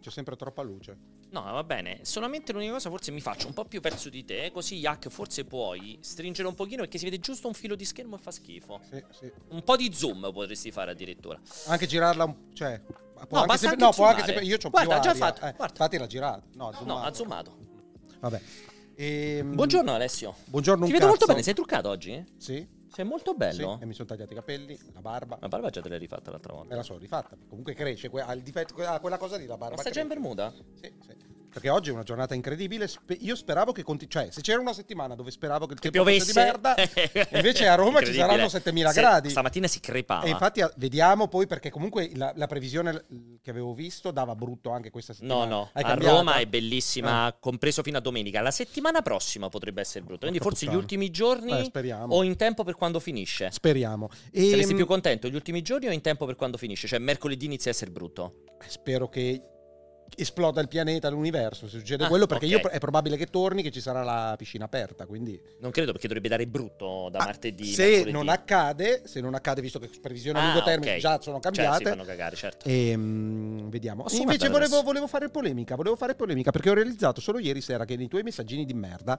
c'è sempre troppa luce. No, va bene. Solamente l'unica cosa, forse mi faccio un po' più verso di te, così Yak forse puoi stringere un pochino, perché si vede giusto un filo di schermo e fa schifo. Sì. Un po' di zoom potresti fare addirittura. Anche girarla, cioè può No, anche basta sempre, anche può anche zoomare. sempre, io c'ho Guarda, più già aria. fatto, guarda. Infatti l'ha girata. No, Ha zoomato. Vabbè. Buongiorno Alessio. Buongiorno, Ti un vedo molto cazzo. bene, sei truccato oggi? Sì. Sei molto bello. Sì, e mi sono tagliati i capelli, la barba. La barba già te l'hai rifatta l'altra volta. Me la sono rifatta. Comunque cresce, ha il difetto, quella cosa lì, la barba. Ma stai già in cresce. Bermuda? Sì. Perché oggi è una giornata incredibile. Io speravo che cioè, se c'era una settimana dove speravo che il tempo fosse di merda, invece a Roma ci saranno 7000 gradi. Stamattina si crepava. E infatti vediamo poi, perché comunque la previsione che avevo visto dava brutto anche questa settimana. No, Hai a cambiato? Roma è bellissima, compreso fino a domenica. La settimana prossima potrebbe essere brutto. Quindi forse gli ultimi giorni speriamo. o in tempo per quando finisce. Speriamo. Saresti più contento gli ultimi giorni o in tempo per quando finisce? Cioè mercoledì inizia a essere brutto. Spero che esploda il pianeta, l'universo, se succede quello, perché è probabile che torni, che ci sarà la piscina aperta, quindi non credo, perché dovrebbe dare brutto da martedì. Se non accade, visto che previsioni a lungo termine già sono cambiate, si fanno cagare, certo. Vediamo. Invece volevo fare polemica perché ho realizzato solo ieri sera che nei tuoi messaggini di merda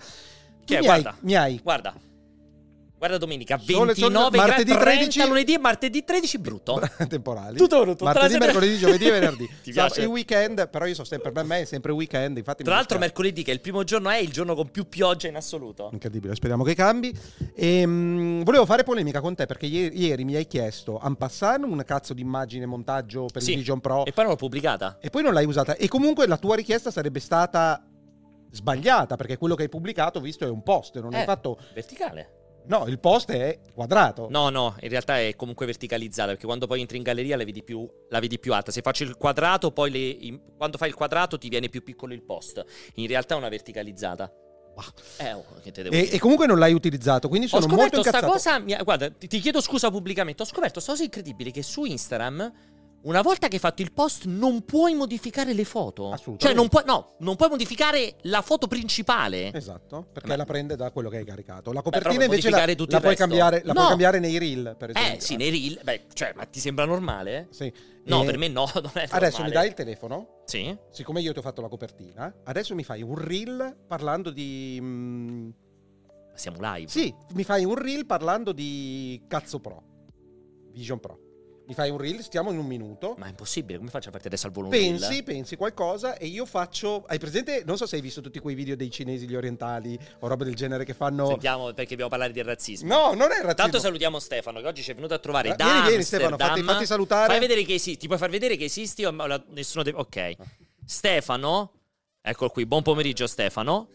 Guarda domenica, Sole, 29 martedì 30, 13, lunedì e martedì 13 brutto. Temporali. Tutto brutto. Martedì, mercoledì, giovedì e venerdì. Ti piace? Il weekend, però io so sempre, per me è sempre weekend, infatti. Tra l'altro mercoledì, che è il primo giorno, è il giorno con più pioggia in assoluto. Incredibile, speriamo che cambi. Volevo fare polemica con te perché ieri mi hai chiesto en passant una cazzo di immagine montaggio per il Vision Pro. E poi non l'ho pubblicata. E poi non l'hai usata. E comunque la tua richiesta sarebbe stata sbagliata, perché quello che hai pubblicato, visto, è un post, non hai fatto verticale. No, il post è quadrato. No, in realtà è comunque verticalizzata, perché quando poi entri in galleria la vedi più alta. Se faccio il quadrato, poi quando fai il quadrato ti viene più piccolo il post. In realtà è una verticalizzata. Che te devo dire? E comunque non l'hai utilizzato, quindi sono molto incazzato. Sta cosa, guarda, ti chiedo scusa pubblicamente. Ho scoperto questa cosa incredibile, che su Instagram, una volta che hai fatto il post, non puoi modificare le foto. Cioè non puoi modificare la foto principale. Esatto, perché la prende da quello che hai caricato. La copertina invece la puoi cambiare, puoi cambiare nei reel, per esempio. Sì, nei reel. Ma ti sembra normale? Sì. No, per me no, non è normale. Adesso mi dai il telefono? Sì. Siccome io ti ho fatto la copertina, adesso mi fai un reel parlando di... Siamo live. Sì, mi fai un reel parlando di cazzo Pro, Vision Pro. Mi fai un reel, stiamo in un minuto. Ma è impossibile, come faccio a farti adesso al volo un reel? Pensi qualcosa e io faccio... Hai presente, non so se hai visto tutti quei video dei cinesi, gli orientali o roba del genere che fanno... Sentiamo, perché dobbiamo parlare del razzismo. No, non è razzismo. Tanto salutiamo Stefano, che oggi ci è venuto a trovare da Vieni Stefano, fatti salutare. Fai vedere che esisti, ti puoi far vedere che esisti o nessuno deve... Ok. Stefano, eccolo qui, buon pomeriggio Stefano.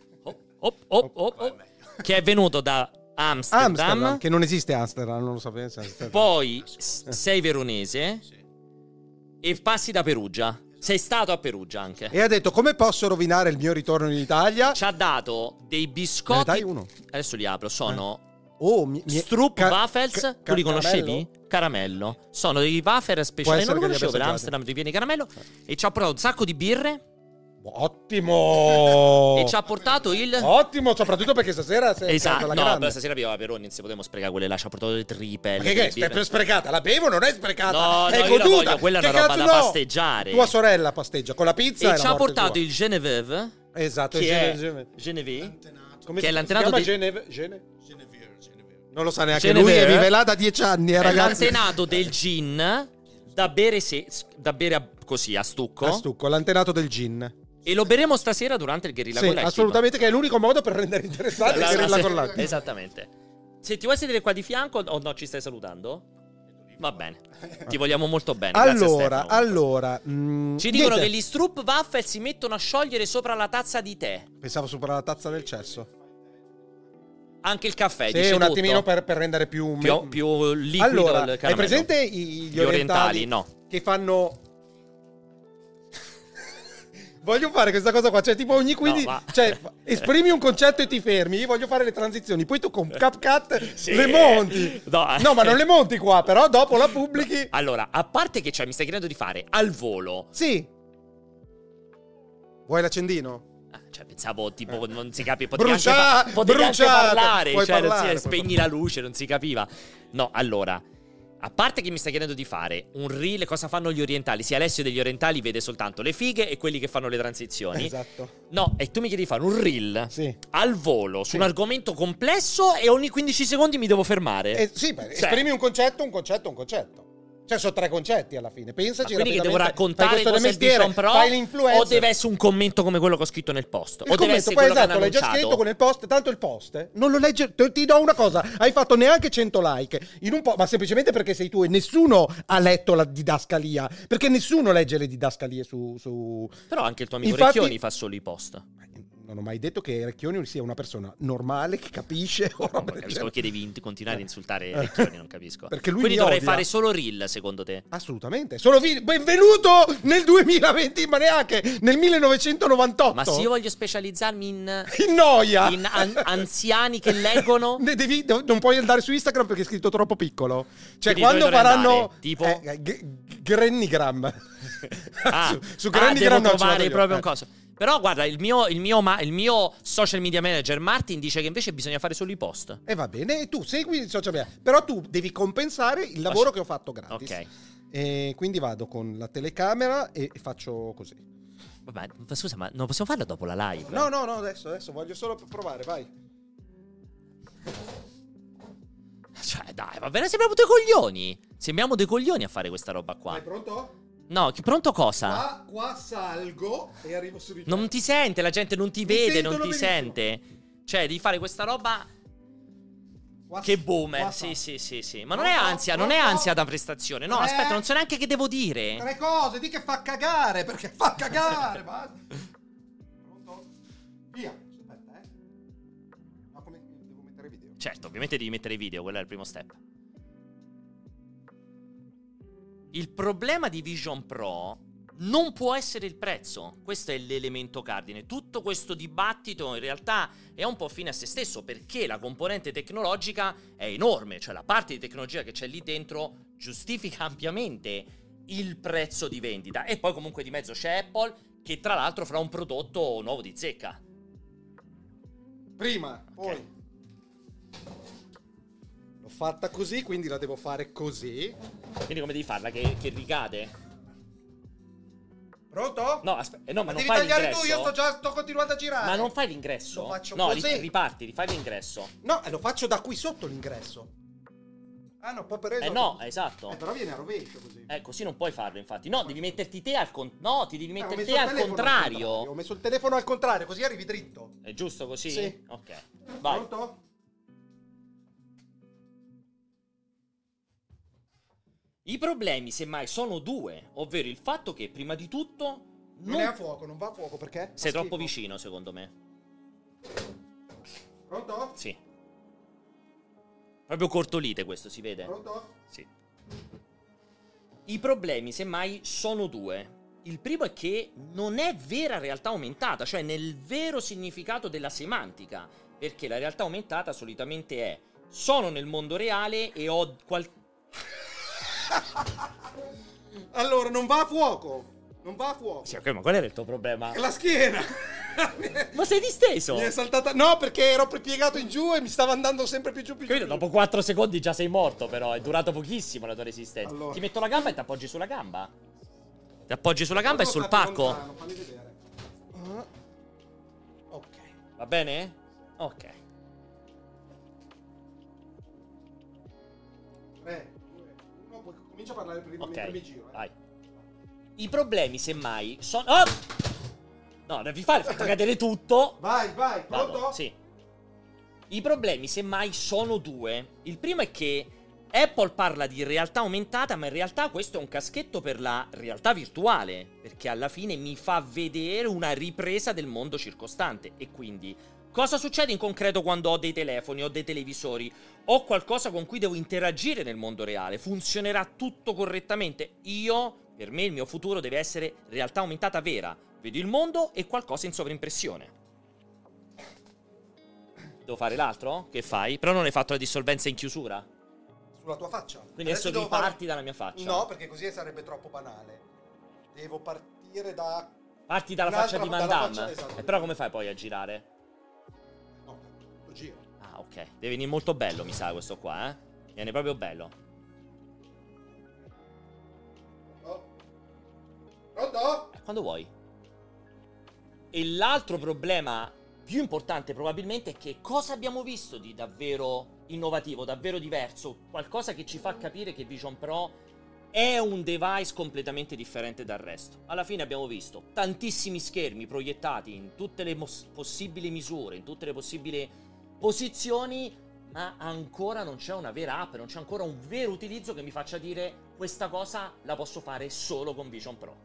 Che è venuto da... Amsterdam, che non esiste Amsterdam, non lo sapevo. Poi sei veronese e passi da Perugia. Sei stato a Perugia anche. E ha detto: come posso rovinare il mio ritorno in Italia? Ci ha dato dei biscotti. Dai uno. Adesso li apro. Sono Stroop Waffles. Tu li conoscevi? Caramello. Sono dei wafer speciali. Non lo conoscevo per Amsterdam, riviene caramello. E ci ha portato un sacco di birre. Ottimo! E ci ha portato il... Ottimo, soprattutto perché stasera sei esatto, la no, grande. però stasera abbiamo Peroni, non si potevamo sprecare quelle là. Ci ha portato le triple. Ma che è sprecata? La bevo, non è sprecata. No, è io la voglio, quella è una roba da pasteggiare. Tua sorella pasteggia con la pizza e ci ha portato il Genevieve. Esatto, che è Genevieve. Che è l'antenato di... Non lo sa neanche lui, e vive là da 10 anni, ragazzi. È l'antenato del gin da bere così, a stucco. A stucco, l'antenato del gin. E lo beremo stasera durante il Guerrilla Collective. Assolutamente, che è l'unico modo per rendere interessante il Guerrilla Collective. Esattamente. Se ti vuoi sedere qua di fianco o no, ci stai salutando? Va bene. Ti vogliamo molto bene. Allora, ci dicono che gli Stroop Waffle si mettono a sciogliere sopra la tazza di tè. Pensavo sopra la tazza del cesso. Anche il caffè, sì, dice un tutto. attimino per rendere più liquido il allora, caramello. Hai presente gli orientali? No. Che fanno... Voglio fare questa cosa qua, cioè tipo ogni esprimi un concetto e ti fermi. Io voglio fare le transizioni, poi tu con CapCut le monti. No, ma non le monti qua, però dopo la pubblichi. Allora, a parte che mi stai chiedendo di fare al volo. Sì. Vuoi l'accendino? Pensavo tipo non si capiva, potevi anche parlare, parlare, spegni la luce, non si capiva. No, allora, A parte che mi stai chiedendo di fare un reel, cosa fanno gli orientali? Sì, Alessio degli orientali vede soltanto le fighe e quelli che fanno le transizioni. Esatto. No, e tu mi chiedi di fare un reel al volo su un argomento complesso e ogni 15 secondi mi devo fermare. Sì, esprimi un concetto. Cioè, sono 3 concetti alla fine. Pensaci. Quindi che devo raccontare cosa è il Vision Pro o deve essere un commento come quello che ho scritto nel post? O deve essere quello che hanno l'hai già scritto con il post. Tanto il post non lo legge. Ti do una cosa: hai fatto neanche 100 like in un ma semplicemente perché sei tu e nessuno ha letto la didascalia. Perché nessuno legge le didascalie su... Però anche il tuo amico Recchioni fa solo i post. Non ho mai detto che Recchioni sia una persona normale che capisce. Non capisco perché devi continuare a insultare Recchioni, non capisco. Perché lui quindi dovrei fare solo reel, secondo te? Assolutamente. Benvenuto nel 2020, ma neanche nel 1998. Ma se io voglio specializzarmi in noia, in anziani che leggono, non puoi andare su Instagram perché è scritto troppo piccolo. Cioè, quindi quando faranno tipo Grannygram. su Grannygram devo trovare proprio un coso. Però guarda, il mio social media manager Martin dice che invece bisogna fare solo i post. E va bene, e tu segui il social media. Però tu devi compensare il lavoro che ho fatto gratis. Ok. E quindi vado con la telecamera e faccio così. Vabbè, scusa, ma non possiamo farlo dopo la live? No, adesso voglio solo provare, vai. Cioè, dai, va bene, sembriamo dei coglioni. Sembriamo dei coglioni a fare questa roba qua. Sei pronto? No, pronto cosa? Qua salgo e arrivo subito. Non ti sente, la gente non ti vede, non ti sente. Cioè, devi fare questa roba. Che boomer. Sì. Ma non è ansia, non è ansia da prestazione. No, aspetta, non so neanche che devo dire. 3 cose, di che fa cagare, perché fa cagare. Pronto? Via. Aspetta, Ma come devo mettere video? Certo, ovviamente devi mettere video, quello è il primo step. Il problema di Vision Pro non può essere il prezzo. Questo è l'elemento cardine. Tutto questo dibattito in realtà è un po' fine a se stesso, perché la componente tecnologica è enorme, cioè la parte di tecnologia che c'è lì dentro giustifica ampiamente il prezzo di vendita. E poi comunque di mezzo c'è Apple, che tra l'altro farà un prodotto nuovo di zecca. Prima, poi l'ho fatta così, quindi la devo fare così. Quindi come devi farla? Che ricade? Pronto? No, aspetta, no, ma non devi fai tagliare l'ingresso. tu, sto continuando a girare. Ma non fai l'ingresso? Lo faccio no, così. Riparti, rifai l'ingresso. No, lo faccio da qui sotto l'ingresso. Ah no, poi preso. No, esatto. Però viene a rovescio così. Così non puoi farlo, infatti. No, devi metterti te al contrario. No, ti devi mettere te al contrario. Ho messo il telefono al contrario, così arrivi dritto. È giusto così? Sì. Ok. Vai. Pronto? I problemi, semmai, sono 2, ovvero il fatto che, prima di tutto, non è a fuoco, non va a fuoco, perché? Sei troppo vicino, secondo me. Pronto? Sì. Proprio cortolite questo, si vede? Pronto? Sì. I problemi, semmai, sono 2. Il primo è che non è vera realtà aumentata, cioè nel vero significato della semantica, perché la realtà aumentata solitamente è: sono nel mondo reale e ho Allora, non va a fuoco. Non va a fuoco. Sì, ok, ma qual era il tuo problema? La schiena. Ma sei disteso? Mi è saltata. No, perché ero piegato in giù e mi stava andando sempre più giù. Quindi dopo 4 secondi già sei morto, però è durato pochissimo la tua resistenza. Allora. Ti metto la gamba e ti appoggi sulla gamba. Ti appoggi sulla gamba e sul pacco. Lontano, fammi vedere. Ok. Va bene? Ok. 3, 2, 1, poi comincia a parlare prima mentre mi giro. Vai. I problemi, semmai, sono... Oh! No, devi far cadere tutto. Vai, pronto? Vado, sì. I problemi, semmai, sono 2. Il primo è che Apple parla di realtà aumentata, ma in realtà questo è un caschetto per la realtà virtuale, perché alla fine mi fa vedere una ripresa del mondo circostante. E quindi, cosa succede in concreto quando ho dei telefoni, ho dei televisori, ho qualcosa con cui devo interagire nel mondo reale? Funzionerà tutto correttamente? Per me il mio futuro deve essere realtà aumentata vera. Vedo il mondo e qualcosa in sovraimpressione. Devo fare l'altro? Che fai? Però non hai fatto la dissolvenza in chiusura? Sulla tua faccia. Quindi adesso riparti dalla mia faccia. No, perché così sarebbe troppo banale. Devo partire da... Parti dalla faccia di Van Damme. Esatto. Però come fai poi a girare? No, lo giro. Ah, ok. Deve venire molto bello, mi sa, questo qua, Viene proprio bello. Quando vuoi. E l'altro problema più importante probabilmente è che cosa abbiamo visto di davvero innovativo, davvero diverso, qualcosa che ci fa capire che Vision Pro è un device completamente differente dal resto. Alla fine abbiamo visto tantissimi schermi proiettati in tutte le possibili misure, in tutte le possibili posizioni, ma ancora non c'è una vera app, non c'è ancora un vero utilizzo che mi faccia dire questa cosa la posso fare solo con Vision Pro.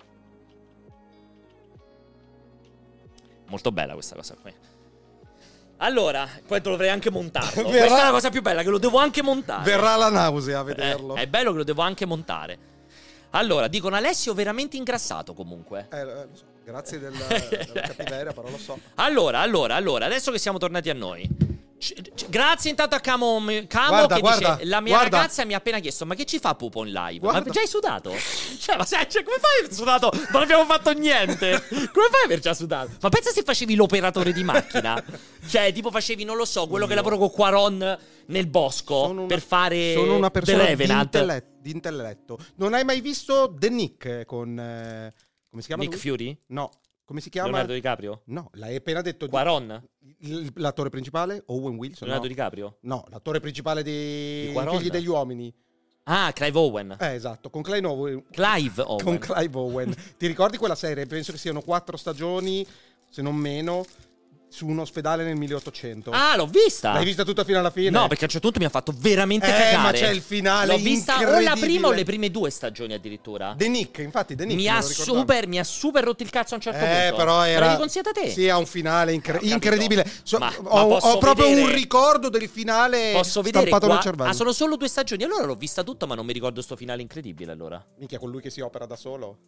Molto bella questa cosa qui. Allora, poi dovrei anche montarlo. Questa è la cosa più bella, che lo devo anche montare. Verrà la nausea a vederlo. È bello che lo devo anche montare. Allora, dicono Alessio veramente ingrassato comunque. Lo so. Grazie della cattiveria, però lo so. Allora, adesso che siamo tornati a noi. Grazie intanto a Camo guarda, che guarda, dice: la mia guarda. ragazza mi ha appena chiesto: ma che ci fa Pupo in live? Guarda. Ma già hai sudato? Come fai a aver sudato? Non abbiamo fatto niente. Come fai a aver già sudato? Ma pensa se facevi l'operatore di macchina. Cioè tipo facevi, non lo so, quello che lavora con Quaron nel bosco per fare sono una persona The Revenant. di intelletto. Non hai mai visto The Nick con come si chiama Nick lui? Fury? No, come si chiama? Leonardo DiCaprio? No, l'hai appena detto. Quaron? L'attore principale? Owen Wilson? Leonardo DiCaprio? No, l'attore principale di Quaron? Figli degli Uomini. Ah, Clive Owen. Esatto, con Clive Owen. Clive Owen. Con Clive Owen. Ti ricordi quella serie? Penso che siano 4 stagioni, se non meno, su un ospedale nel 1800. Ah, l'ho vista! L'hai vista tutta fino alla fine? No, perché a un certo punto mi ha fatto veramente cagare. Ma c'è il finale. L'ho vista o la prima o le prime 2 stagioni addirittura. The Nick, infatti The Nick mi ha super rotto il cazzo a un certo punto. Però era... Me l'avevi consigliata te? Sì, ha un finale incredibile. Ho proprio vedere... un ricordo del finale posso vedere stampato qua... nel cervello. sono solo 2 stagioni. Allora l'ho vista tutta, ma non mi ricordo sto finale incredibile allora. Minchia, con lui che si opera da solo.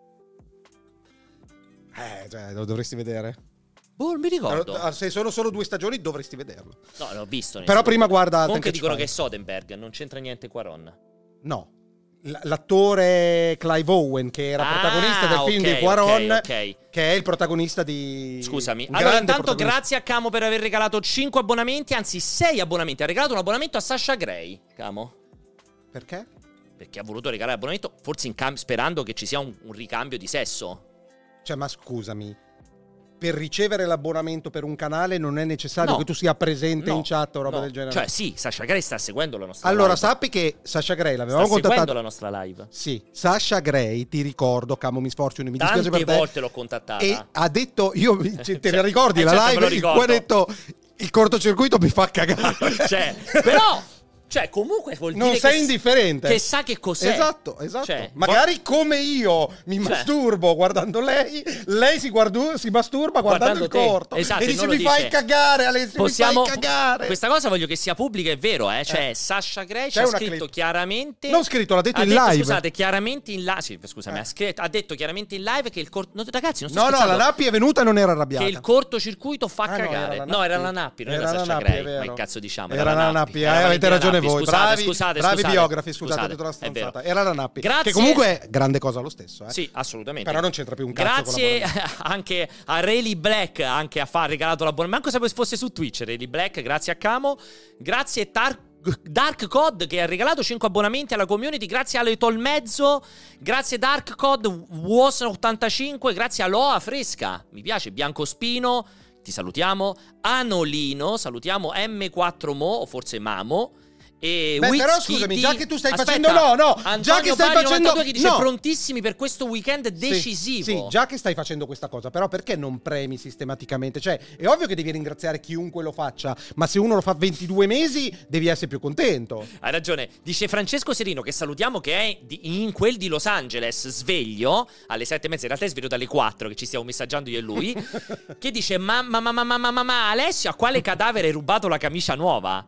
Cioè, lo dovresti vedere. Boh, non mi ricordo. Se sono solo 2 stagioni dovresti vederlo. No, l'ho visto. Però prima guarda. Comunque dicono che è Soderbergh, non c'entra niente Quaron. No. L'attore Clive Owen, che era protagonista del film di Quaron, che è il protagonista di... Scusami. Allora, intanto grazie a Camo per aver regalato 5 abbonamenti, anzi 6 abbonamenti. Ha regalato un abbonamento a Sasha Grey, Camo. Perché? Perché ha voluto regalare l'abbonamento, forse sperando che ci sia un ricambio di sesso. Cioè, ma scusami, per ricevere l'abbonamento per un canale non è necessario che tu sia presente in chat o roba del genere. Cioè sì, Sasha Grey sta seguendo la nostra live. Sappi che Sasha Grey l'avevamo contattato. Sta seguendo la nostra live. Sì, Sasha Grey, ti ricordo, Camo Misfortune, mi dispiace per te. Tante volte l'ho contattata. E ha detto, te la ricordi la live? Qua ha detto, il cortocircuito mi fa cagare. Cioè, però... Cioè, comunque vuol dire non sei indifferente. Che sa che cos'è. Esatto. Cioè, magari come io mi masturbo guardando lei si masturba guardando il corto. Esatto, e dice mi fai cagare, Alessio, mi fai cagare. Questa cosa voglio che sia pubblica, è vero, Cioè, Sasha Grey ci ha scritto chiaramente... Non scritto, l'ha detto in live. Scusate, chiaramente in live... Sì, scusami, ha detto chiaramente in live che il corto... No, ragazzi, non sto scherzando. No, la Nappi è venuta e non era arrabbiata. Che il cortocircuito fa cagare. No, era la Nappi, non era Sasha Grey. Ma che cazzo diciamo? Era la Nappi, avete ragione voi. Bravi biografi, scusate tutta la stanzata. Era la Nappi. Grazie. Che comunque è grande cosa lo stesso. Sì, assolutamente. Però non c'entra più un cazzo. Grazie anche a Rayleigh Black, anche a far regalato l'abbonamento. Manco se fosse su Twitch, Rayleigh Black. Grazie a Camo. Grazie Dark Code che ha regalato 5 abbonamenti alla community. Grazie a Ale Tolmezzo. Grazie Dark Code WOS85. Grazie a Loa Fresca. Mi piace Biancospino. Ti salutiamo. Anolino. Salutiamo M4 Mo o forse Mamo. Però scusami, già che tu stai facendo già che stai facendo che dice prontissimi per questo weekend decisivo. Sì, già che stai facendo questa cosa, però perché non premi sistematicamente? Cioè, è ovvio che devi ringraziare chiunque lo faccia, ma se uno lo fa 22 mesi devi essere più contento. Hai ragione. Dice Francesco Serino, che salutiamo, che è in quel di Los Angeles, sveglio alle 7:30, in realtà è sveglio dalle 4 che ci stiamo messaggiando io e lui, che dice ma Alessio, a quale cadavere hai rubato la camicia nuova?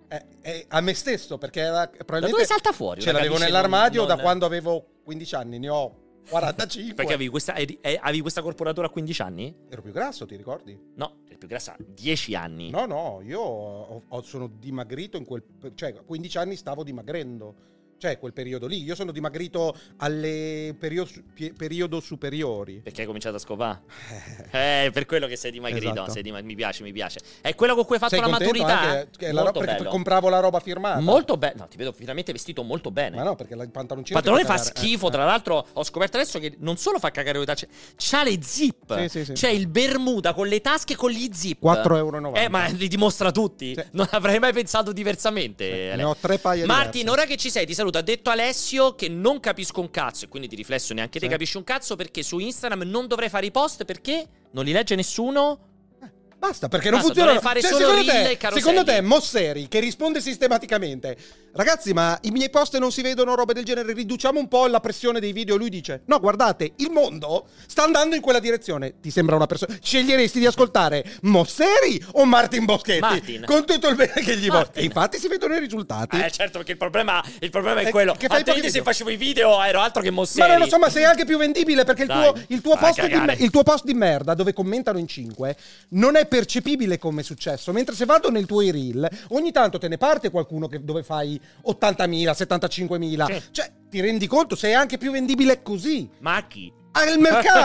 A me stesso, perché era probabilmente... Da dove salta fuori? Ce l'avevo nell'armadio da quando avevo 15 anni, ne ho 45. Perché avevi questa corporatura a 15 anni? Ero più grasso, ti ricordi? No, eri più grassa a 10 anni. No, io sono dimagrito cioè a 15 anni stavo dimagrendo. Cioè, quel periodo lì. Io sono dimagrito alle periodo superiori. Perché hai cominciato a scopare? Per quello che sei dimagrito. Esatto. Mi piace. È quello con cui hai fatto la maturità? Che perché compravo la roba firmata. Molto bello. No, ti vedo finalmente vestito molto bene. Ma no, perché il pantaloncino... Il pantalone fa schifo. Tra l'altro, ho scoperto adesso che non solo fa cagare le tacce, c'ha le zip. Sì. C'è il Bermuda con le tasche con gli zip. 4,90 €. Ma li dimostra tutti. Sì. Non avrei mai pensato diversamente. Ne ho 3 paia. Martin, ora che ci sei, ti saluto. Ha detto Alessio che non capisco un cazzo. E quindi di riflesso neanche te capisci un cazzo, perché su Instagram non dovrei fare i post perché non li legge nessuno. Basta, perché non funziona. Fare solo secondo te Mosseri, che risponde sistematicamente: ragazzi, ma i miei post non si vedono, robe del genere, riduciamo un po' la pressione dei video. Lui dice: no, guardate, il mondo sta andando in quella direzione. Ti sembra una persona? Sceglieresti di ascoltare Mosseri o Martin Boschetti? Con tutto il bene che gli vuoi. E infatti si vedono i risultati. Certo, perché il problema è quello. Che fai se facevo i video ero altro che Mosseri. Ma non lo so, ma sei anche più vendibile, perché il tuo post di merda, dove commentano in 5, non è percepibile come successo, mentre se vado nei tuoi reel ogni tanto te ne parte qualcuno dove fai 80.000, 75.000, sì. Cioè ti rendi conto, sei anche più vendibile così. Ma a chi? Al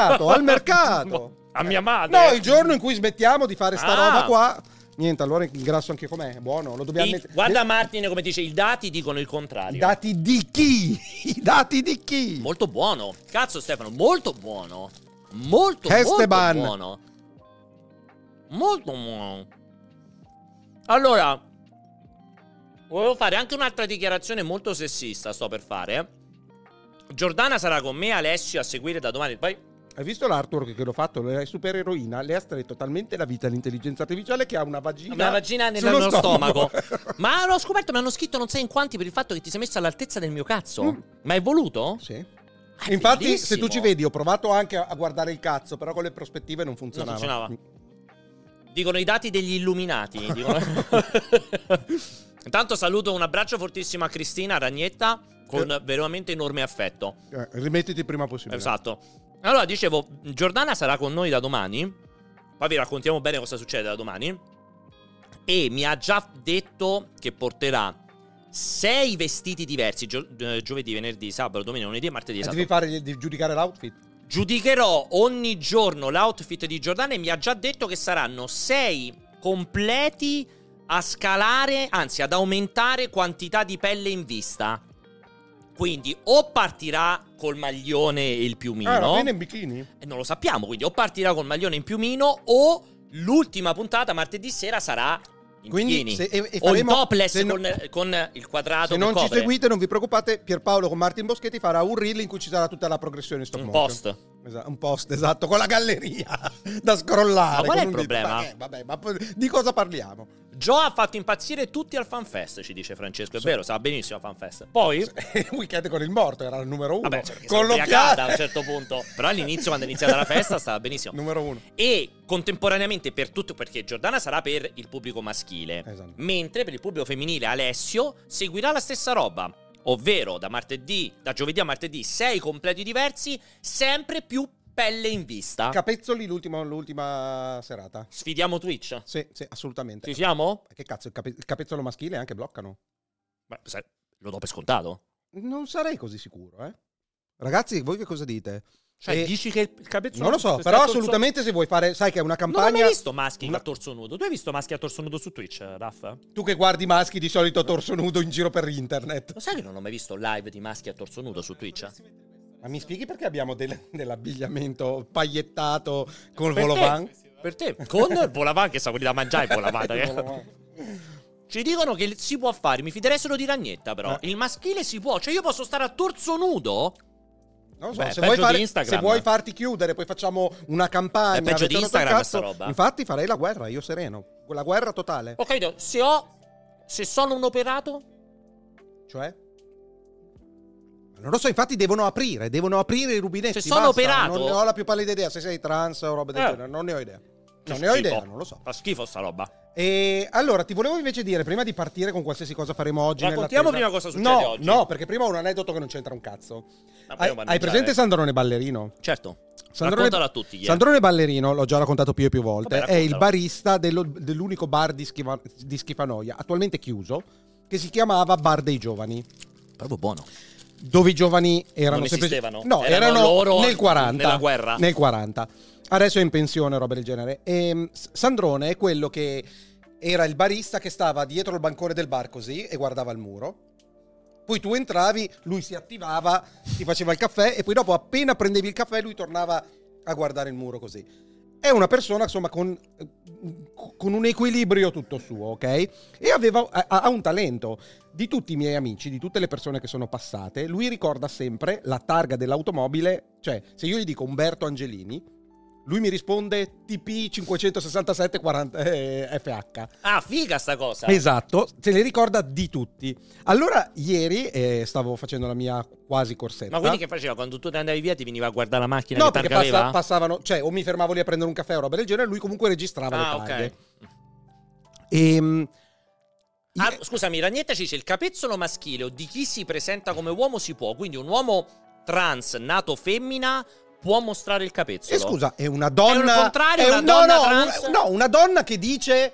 mercato a mia madre. No, il giorno in cui smettiamo di fare sta roba qua, niente, allora ingrasso anche com'è, buono, lo dobbiamo mettere. Guarda Martin come dice, i dati dicono il contrario. I dati di chi? I dati di chi? Molto buono. Cazzo Stefano, molto buono. Molto buono. Molto buono. Allora, volevo fare anche un'altra dichiarazione molto sessista. Sto per fare. Giordana sarà con me, Alessio, a seguire da domani. Poi hai visto l'artwork che l'ho fatto? Lei è supereroina. Le ha stretto talmente la vita all'intelligenza artificiale che ha una vagina nello stomaco. Ma l'ho scoperto, mi hanno scritto non sai in quanti per il fatto che ti sei messo all'altezza del mio cazzo. Ma è voluto? Sì. Infatti, bellissimo. Se tu ci vedi, ho provato anche a guardare il cazzo, però con le prospettive non funzionava. Dicono i dati degli illuminati. Intanto saluto, un abbraccio fortissimo a Cristina Ragnetta con veramente enorme affetto. Rimettiti il prima possibile. Esatto. Allora, dicevo, Giordana sarà con noi da domani. Poi vi raccontiamo bene cosa succede da domani. E mi ha già detto che porterà 6 vestiti diversi. Giovedì, venerdì, sabato, domenica, lunedì e martedì. Esatto. Devi giudicare l'outfit? Giudicherò ogni giorno l'outfit di Giordana e mi ha già detto che saranno 6 completi a scalare, anzi ad aumentare quantità di pelle in vista. Quindi o partirà col maglione e il piumino. Alla fine in bikini? Non lo sappiamo, quindi o partirà col maglione in piumino o l'ultima puntata martedì sera sarà in bikini. O in topless con il quadrato. Se non ci seguite non vi preoccupate, Pierpaolo con Martin Boschetti farà un reel in cui ci sarà tutta la progressione stop motion. Un post, esatto, con la galleria da scrollare. Ma qual è il problema? Vabbè, ma di cosa parliamo? Joe ha fatto impazzire tutti al FanFest, ci dice Francesco. È vero, sa benissimo al FanFest. Poi Weekend con il morto era il numero 1. Vabbè, con l'occhiata a un certo punto. Però all'inizio, quando è iniziata la festa, stava benissimo. Numero 1. E contemporaneamente per tutto, perché Giordana sarà per il pubblico maschile, esatto. Mentre per il pubblico femminile Alessio seguirà la stessa roba. Ovvero da giovedì a martedì 6 completi diversi, sempre più pelle in vista. Capezzoli l'ultima serata. Sfidiamo Twitch? Sì, assolutamente. Ci siamo? Che cazzo, il capezzolo maschile anche bloccano? Beh, lo do per scontato? Non sarei così sicuro, eh. Ragazzi, voi che cosa dite? Cioè, dici che il capezzolo... Non lo so, però assolutamente se vuoi fare... Sai che è una campagna... Non ho mai visto maschi a torso nudo. Tu hai visto maschi a torso nudo su Twitch, Raffa? Tu che guardi maschi di solito a torso nudo in giro per internet. Lo sai che non ho mai visto live di maschi a torso nudo su Twitch? Ma mi spieghi perché abbiamo dell'abbigliamento pagliettato con il volavan? Per te? Con il volavan, che sa quelli da mangiare il volavan. Ci dicono che si può fare, mi fiderei solo di Ragnetta però. Il maschile si può, cioè io posso stare a torso nudo? Non lo so, se vuoi farti chiudere, poi facciamo una campagna. È peggio di Instagram questa roba. Infatti farei la guerra, io sereno. La guerra totale. Ho capito, se sono un operato? Cioè? Non lo so, infatti devono aprire i rubinetti. Se sono operato? Non ne ho la più pallida idea, se sei trans o roba del genere, non ne ho idea. Non lo so. Fa schifo sta roba. E allora ti volevo invece dire, prima di partire con qualsiasi cosa faremo oggi, raccontiamo prima cosa succede oggi. No, perché prima ho un aneddoto che non c'entra un cazzo. Hai presente Sandrone Ballerino? Certo. Raccontalo a tutti. Sandrone Ballerino, l'ho già raccontato più e più volte. È il barista dell'unico bar di Schifanoia, attualmente chiuso, che si chiamava Bar dei Giovani. proprio buono. Dove i giovani erano non esistevano. No, erano loro nel 40. Nella guerra. Nel 40. Adesso è in pensione, roba del genere. E Sandrone è quello che era il barista che stava dietro il bancone del bar così e guardava il muro. Poi tu entravi, lui si attivava, ti faceva il caffè e poi dopo appena prendevi il caffè lui tornava a guardare il muro così. È una persona insomma con un equilibrio tutto suo, ok? E ha un talento. Di tutti i miei amici, di tutte le persone che sono passate, lui ricorda sempre la targa dell'automobile. Cioè, se io gli dico Umberto Angelini, lui mi risponde TP 56740 FH. Ah, figa sta cosa. Esatto, se le ricorda di tutti. Allora, ieri stavo facendo la mia quasi corsetta. Ma quindi che faceva? Quando tu andavi via ti veniva a guardare la macchina? No, che perché aveva? passavano, cioè, o mi fermavo lì a prendere un caffè o roba del genere, lui comunque registrava le targhe. Ok. Scusami, Ragnetta ci dice: il capezzolo maschile o di chi si presenta come uomo si può. Quindi un uomo trans nato femmina può mostrare il capezzolo. E scusa, è una donna. È il contrario, una donna trans. No, una donna che dice: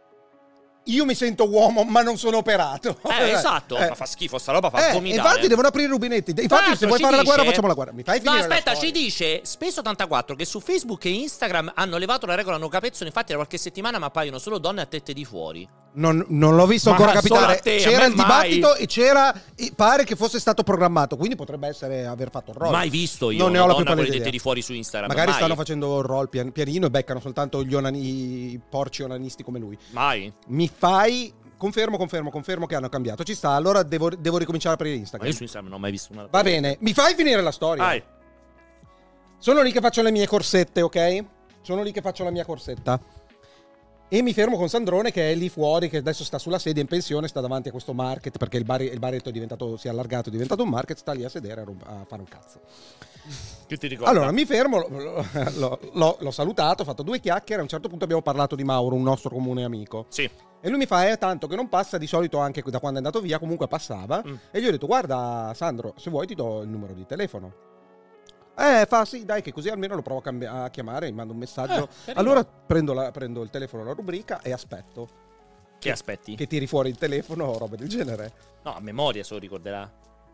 io mi sento uomo, ma non sono operato. Esatto, ma fa schifo sta roba, fa vomitare. Infatti devono aprire i rubinetti. Infatti, se vuoi fare la guerra, facciamo la guerra. Mi fai finire? No, aspetta, ci dice Space84 che su Facebook e Instagram hanno levato la regola no capezzolo. Infatti, da qualche settimana mi appaiono solo donne a tette di fuori. Non l'ho visto ancora capitare. C'era il dibattito e pare che fosse stato programmato. Quindi potrebbe aver fatto il roll. Mai visto io non ne ho la più donna con pallida le tette idea. di fuori su Instagram. Magari mai. Stanno facendo il roll pianino e beccano soltanto i porci onanisti come lui. Mai. Mi fai. Confermo che hanno cambiato. Ci sta, allora devo ricominciare a aprire Instagram. Ma io su Instagram non ho mai visto una. Va bene, mi fai finire la storia? Vai. Sono lì che faccio le mie corsette, ok? Sono lì che faccio la mia corsetta. E mi fermo con Sandrone che è lì fuori, che adesso sta sulla sedia in pensione, sta davanti a questo market, perché il baretto si è allargato, è diventato un market, sta lì a sedere a fare un cazzo. Che ti ricorda? Allora mi fermo, l'ho salutato, ho fatto 2 chiacchiere, a un certo punto abbiamo parlato di Mauro, un nostro comune amico. Sì. E lui mi fa, tanto che non passa, di solito anche da quando è andato via, comunque passava. E gli ho detto, guarda Sandro, se vuoi ti do il numero di telefono. Fa sì, dai, che così almeno lo provo a chiamare, mi manda un messaggio. Allora prendo il telefono, la rubrica e aspetto. Che aspetti? Che tiri fuori il telefono o roba del genere. No, a memoria se lo ricorderà.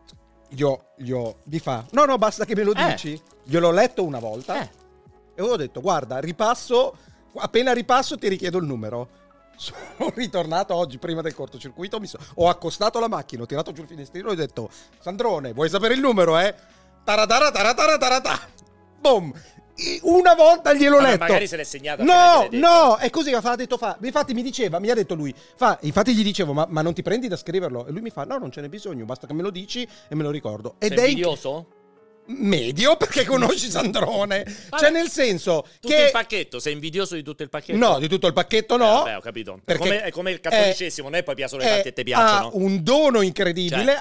Mi fa, no, basta che me lo dici. Gliel'ho letto una volta e avevo detto, guarda, appena ripasso ti richiedo il numero. Sono ritornato oggi prima del cortocircuito, ho accostato la macchina, ho tirato giù il finestrino e ho detto, Sandrone, vuoi sapere il numero, Taratara. Boom. Una volta gliel'ho letto. Magari se l'è segnato. No, è così, infatti mi ha detto lui, infatti gli dicevo, ma non ti prendi da scriverlo? E lui mi fa, no, non ce n'è bisogno, basta che me lo dici e me lo ricordo. Ed sei invidioso? Medio, perché conosci Sandrone. Cioè, nel senso tutto il pacchetto, sei invidioso di tutto il pacchetto? No, di tutto il pacchetto no. Vabbè, ho capito. Perché è come il cattolicesimo, non è poi solo le fattette piacciono. Ha un dono incredibile,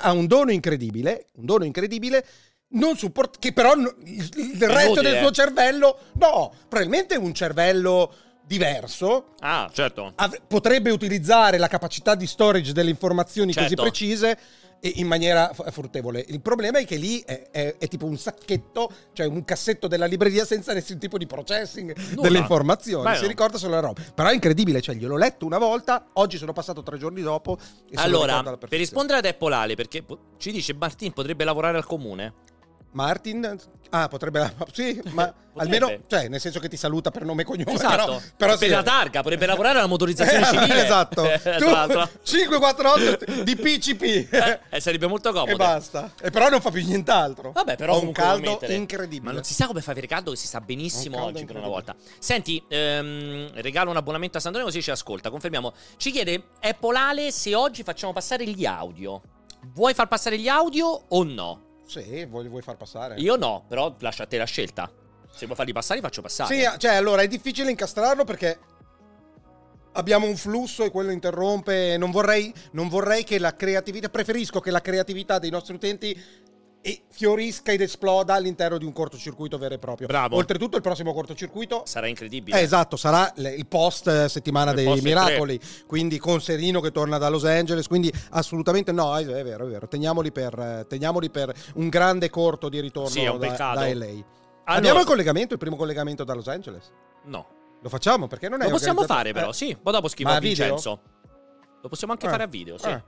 non che però il resto del suo cervello, no, probabilmente un cervello diverso. Ah, certo. Potrebbe utilizzare la capacità di storage delle informazioni così precise in maniera fruttevole. Il problema è che lì è tipo un sacchetto, cioè un cassetto della libreria senza nessun tipo di processing delle informazioni. Si ricorda solo la roba. Però è incredibile, cioè gliel'ho letto una volta, oggi sono passato 3 giorni dopo e allora, per rispondere ad Eppolale, perché ci dice Martin potrebbe lavorare al comune. Martin? Potrebbe. Sì, ma almeno, cioè, nel senso che ti saluta per nome e cognome. Esatto. Però per la targa, potrebbe lavorare alla motorizzazione civile. Esatto. Tu, 548 di PCP. Sarebbe molto comodo. E basta. E però non fa più nient'altro. Vabbè, però un caldo incredibile. Ma non si sa come fa a avere caldo, che si sa benissimo oggi per una volta. Senti, regalo un abbonamento a Sandrone così ci ascolta. Confermiamo. Ci chiede Eppolale se oggi facciamo passare gli audio. Vuoi far passare gli audio o no? Sì, vuoi far passare? Io no, però lascia a te la scelta. Se vuoi farli passare, li faccio passare. Sì, cioè, allora, è difficile incastrarlo perché abbiamo un flusso e quello interrompe. Non vorrei che la creatività, preferisco che la creatività dei nostri utenti fiorisca ed esploda all'interno di un cortocircuito vero e proprio. Bravo. Oltretutto il prossimo cortocircuito sarà incredibile. Esatto, sarà il post settimana dei miracoli, quindi con Serino che torna da Los Angeles, quindi assolutamente no, è vero. Teniamoli per un grande corto di ritorno sì, è un peccato. da LA. Allora, abbiamo il primo collegamento da Los Angeles? No. Lo facciamo perché non è lo possiamo fare però, sì. Poi dopo scrivo a Vincenzo. Lo possiamo anche fare a video, sì.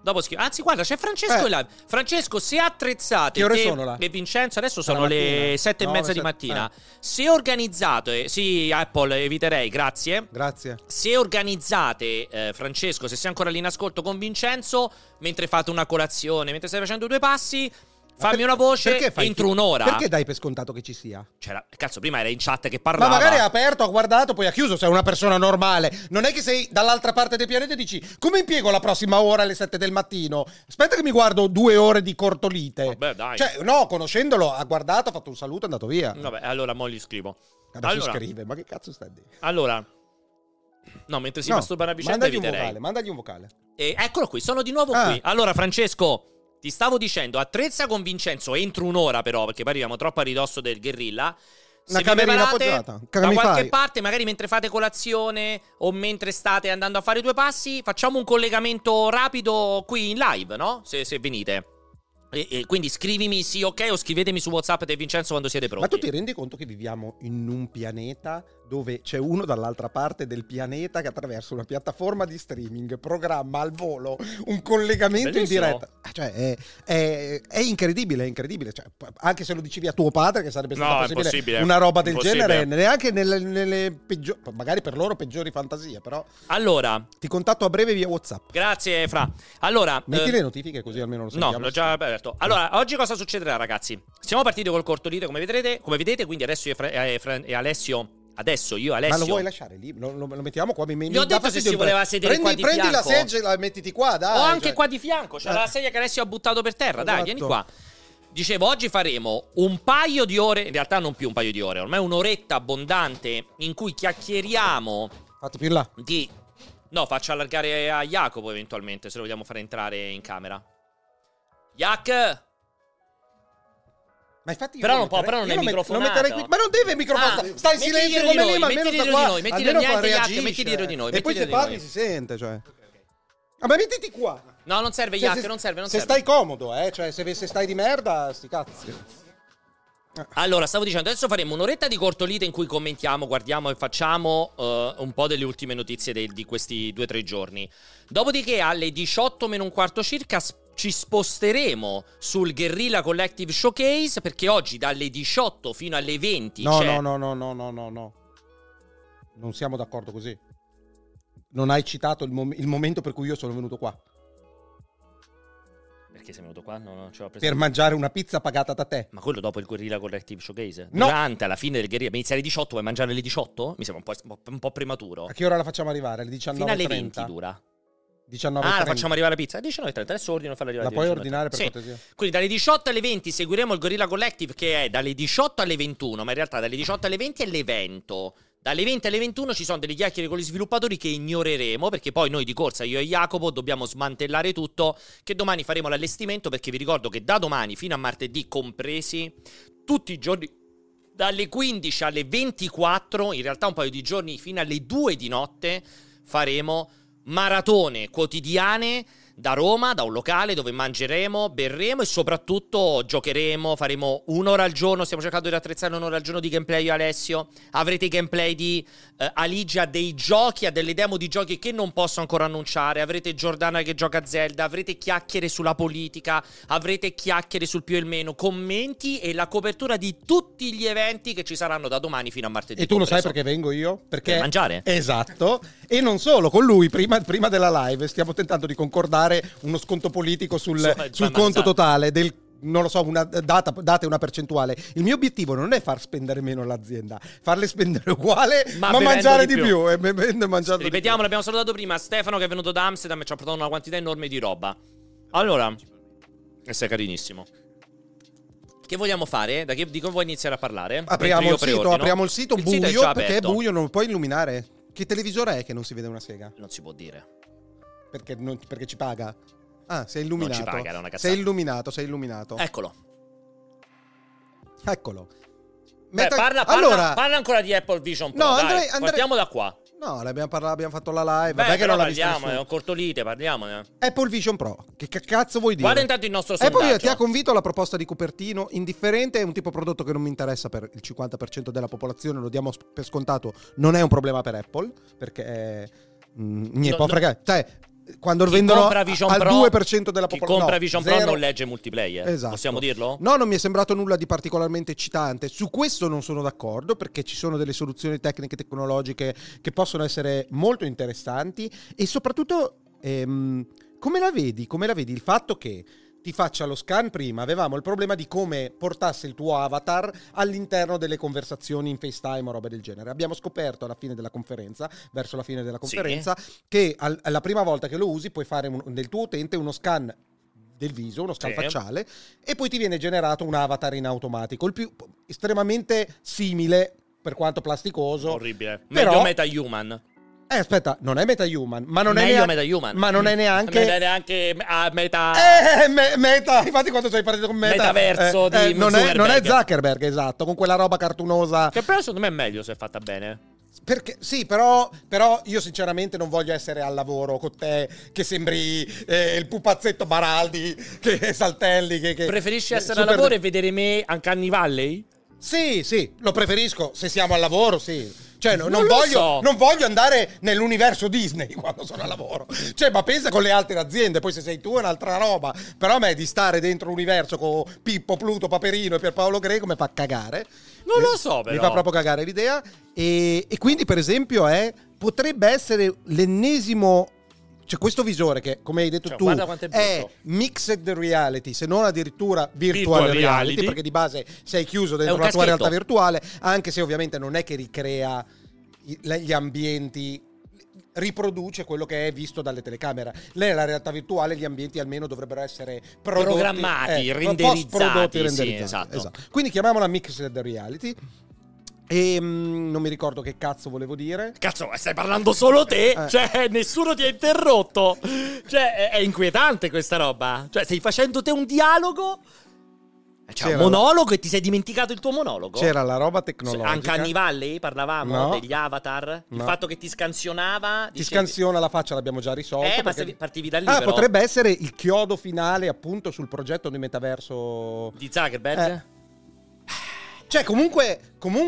Dopo scrivo. Anzi, guarda, c'è Francesco in live. Francesco, se attrezzate che ore sono là? e Vincenzo, adesso sono le 7:30 di mattina. Se organizzate, sì, Apple, eviterei, grazie. Se organizzate, Francesco, se sei ancora lì in ascolto con Vincenzo, mentre fate una colazione, mentre stai facendo 2 passi, fammi una voce entro un'ora. Perché dai per scontato che ci sia? Cazzo, prima era in chat che parlava. Ma magari ha aperto, ha guardato, poi ha chiuso. Sei una persona normale. Non è che sei dall'altra parte del pianeta e dici: come impiego la prossima ora alle 7 del mattino? Aspetta che mi guardo 2 ore di cortolite. Vabbè, dai. Cioè, no, conoscendolo, ha guardato, ha fatto un saluto, è andato via. Vabbè, allora mo gli scrivo. Adesso scrive, ma che cazzo stai a dire? Allora, no, mentre si masturba a vicenda eviterei. Mandagli un vocale. Eccolo qui, sono di nuovo qui. Allora, Francesco, ti stavo dicendo, attrezza con Vincenzo entro un'ora però, perché poi arriviamo troppo a ridosso del guerrilla. Una camerina appoggiata. Da qualche parte, magari mentre fate colazione o mentre state andando a fare 2 passi, facciamo un collegamento rapido qui in live, no? Se venite. E quindi scrivimi sì, ok, o scrivetemi su WhatsApp di Vincenzo quando siete pronti. Ma tu ti rendi conto che viviamo in un pianeta dove c'è uno dall'altra parte del pianeta che attraverso una piattaforma di streaming programma al volo un collegamento in diretta? Cioè è incredibile, è incredibile. Cioè, anche se lo dicevi a tuo padre che sarebbe stato possibile una roba del genere, neanche nelle peggiori, magari per loro peggiori fantasie, però. Allora, ti contatto a breve via WhatsApp. Grazie, Fra. Allora, metti le notifiche così almeno lo sappiamo. No, l'ho già aperto. Allora, oggi cosa succederà, ragazzi? Siamo partiti col cortolite, come vedete, quindi adesso io e Alessio. Ma lo vuoi lasciare lì? Lo mettiamo qua? Gli ho detto se si voleva sedere qua di fianco. Prendi la sedia e la mettiti qua, dai. O anche qua di fianco, c'è la sedia che Alessio ha buttato per terra. Dai, vieni qua. Dicevo, oggi faremo un paio di ore, in realtà non più un paio di ore, ormai un'oretta abbondante in cui chiacchieriamo. Fatti più in là. No, faccio allargare a Jacopo eventualmente, se lo vogliamo fare entrare in camera. Jac! Ma infatti però non può, però non è microfonato. Ma non deve microfonato. Stai in silenzio come lì, ma almeno sta qua. Metti dietro di noi. E poi se parli si sente, cioè. Ma mettiti qua. No, non serve, Jac, non serve. Se stai comodo, cioè se stai di merda, sti cazzi. Allora, stavo dicendo, adesso faremo un'oretta di cortolite in cui commentiamo, guardiamo e facciamo un po' delle ultime notizie di questi 2-3 giorni. Dopodiché alle 18:15 circa ci sposteremo sul Guerrilla Collective Showcase, perché oggi dalle 18 fino alle 20 No. c'è... Non siamo d'accordo così. Non hai citato il momento per cui io sono venuto qua. Perché sei venuto qua? Non ce l'ho preso. Per mangiare una pizza pagata da te. Ma quello dopo il Guerrilla Collective Showcase? No. Durante, alla fine del Guerrilla. Inizia alle 18, vuoi mangiare alle 18? Mi sembra un po' prematuro. A che ora la facciamo arrivare? Alle 19:30? Fino alle 20 dura. 19:30. La facciamo arrivare la pizza? 19:30. Adesso ordino farla arrivare. La puoi ordinare per cortesia? Quindi dalle 18 alle 20 seguiremo il Guerrilla Collective, che è dalle 18 alle 21, ma in realtà dalle 18 alle 20 è l'evento. Dalle 20 alle 21 ci sono delle chiacchiere con gli sviluppatori che ignoreremo, perché poi noi di corsa, io e Jacopo, dobbiamo smantellare tutto, che domani faremo l'allestimento, perché vi ricordo che da domani fino a martedì compresi, tutti i giorni dalle 15 alle 24, in realtà un paio di giorni fino alle 2 di notte, faremo maratone quotidiane da Roma, da un locale dove mangeremo, berremo e soprattutto giocheremo, faremo un'ora al giorno, stiamo cercando di rattrezzare un'ora al giorno di gameplay io e Alessio, avrete i gameplay di Aligia, dei giochi, a delle demo di giochi che non posso ancora annunciare, avrete Giordana che gioca a Zelda, avrete chiacchiere sulla politica, avrete chiacchiere sul più e il meno, commenti e la copertura di tutti gli eventi che ci saranno da domani fino a martedì. E tu lo sai perché vengo io? Perché per mangiare. Esatto. E non solo, con lui prima della live stiamo tentando di concordare uno sconto politico sul conto totale del, non lo so, una date una percentuale. Il mio obiettivo non è far spendere meno l'azienda, farle spendere uguale ma mangiare di più. E ripetiamo, l'abbiamo salutato prima Stefano che è venuto da Amsterdam e ci ha portato una quantità enorme di roba. Allora, e sei carinissimo. Che vogliamo fare? Di come vuoi iniziare a parlare? Apriamo il sito buio, sito perché è buio, non puoi illuminare. Che televisore è che non si vede una sega? Non si può dire. Perché ci paga? Ah, sei illuminato. Non ci paga, era una cazzata. Sei illuminato. Eccolo. Parla ancora di Apple Vision Pro. No, partiamo da qua. No, abbiamo fatto la live. Vabbè, che non parliamo, è un cortolite, parliamone. Apple Vision Pro. Che cazzo vuoi dire? Guarda intanto il nostro sondaggio. Apple ti ha convinto la proposta di Cupertino indifferente, è un tipo di prodotto che non mi interessa per il 50% della popolazione, lo diamo per scontato, non è un problema per Apple, perché niente può fregare. Cioè, quando vendono al 2% della popolazione. Chi compra Vision Pro non legge multiplayer, esatto. Possiamo dirlo? No, non mi è sembrato nulla di particolarmente eccitante. Su questo non sono d'accordo, perché ci sono delle soluzioni tecniche e tecnologiche che possono essere molto interessanti. E soprattutto, come la vedi il fatto che ti faccia lo scan prima? Avevamo il problema di come portasse il tuo avatar all'interno delle conversazioni in FaceTime o roba del genere. Abbiamo scoperto alla fine della conferenza, verso la fine della conferenza, che alla prima volta che lo usi puoi fare del tuo utente uno scan del viso, uno scan facciale, e poi ti viene generato un avatar in automatico, il più estremamente simile, per quanto plasticoso. Orribile. Meglio MetaHuman. Aspetta, non è MetaHuman, ma non meglio è MetaHuman. Ma non è neanche. Non è neanche Meta. Meta. Infatti, quando sei partito con Metaverso di non è Zuckerberg, esatto, con quella roba cartunosa. Che però secondo me è meglio se è fatta bene. Perché sì, però io sinceramente non voglio essere al lavoro con te che sembri il pupazzetto Baraldi che saltelli. Che preferisci essere al lavoro e vedere me Uncanny Valley? Sì, lo preferisco se siamo al lavoro, sì. Cioè, non voglio andare nell'universo Disney quando sono al lavoro. Cioè, ma pensa con le altre aziende, poi se sei tu è un'altra roba. Però a me di stare dentro l'universo con Pippo, Pluto, Paperino e Pierpaolo Greco mi fa cagare. Non lo so, però. Mi fa proprio cagare l'idea. E quindi, per esempio, potrebbe essere l'ennesimo. Cioè, questo visore che, come hai detto tu, è mixed reality, se non addirittura virtual reality, perché di base sei chiuso dentro la tua realtà virtuale, anche se ovviamente non è che ricrea gli ambienti, riproduce quello che è visto dalle telecamere. Nella realtà virtuale gli ambienti almeno dovrebbero essere programmati, renderizzati. Sì, esatto. Quindi chiamiamola mixed reality. E non mi ricordo che cazzo volevo dire. Cazzo, stai parlando solo te? Cioè, nessuno ti ha interrotto. Cioè, è inquietante questa roba. Cioè, stai facendo te un dialogo, c'è un monologo e ti sei dimenticato il tuo monologo. C'era la roba tecnologica. Uncanny Valley, parlavamo degli avatar. Il fatto che ti scansionava. Ti scansiona la faccia, l'abbiamo già risolto. Ma se partivi da lì, però. Potrebbe essere il chiodo finale, appunto, sul progetto di metaverso di Zuckerberg. Cioè, comunque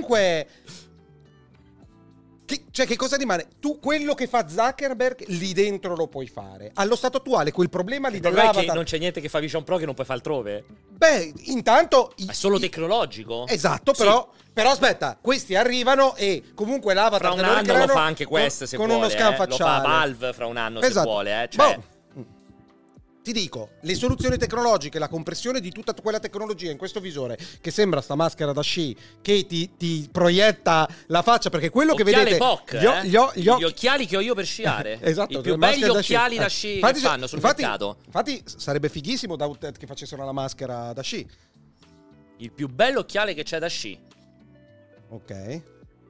che cosa rimane? Tu quello che fa Zuckerberg lì dentro lo puoi fare. Allo stato attuale quel problema lì dell'avatar, è che non c'è niente che fa Vision Pro che non puoi fare altrove. Beh, intanto è solo tecnologico. Esatto, però aspetta, questi arrivano e comunque l'avatar fra un anno lo fa anche Quest, se con vuole, uno scan facciale. Lo fa Valve fra un anno, se vuole, cioè. Ti dico, le soluzioni tecnologiche, la compressione di tutta quella tecnologia in questo visore, che sembra sta maschera da sci che ti proietta la faccia, perché quello che vedete POC, gli occhiali che ho io per sciare. Esatto, i più belli occhiali da sci che fanno sul mercato. Infatti sarebbe fighissimo da Outet che facessero la maschera da sci. Il più bello occhiale che c'è da sci. Ok.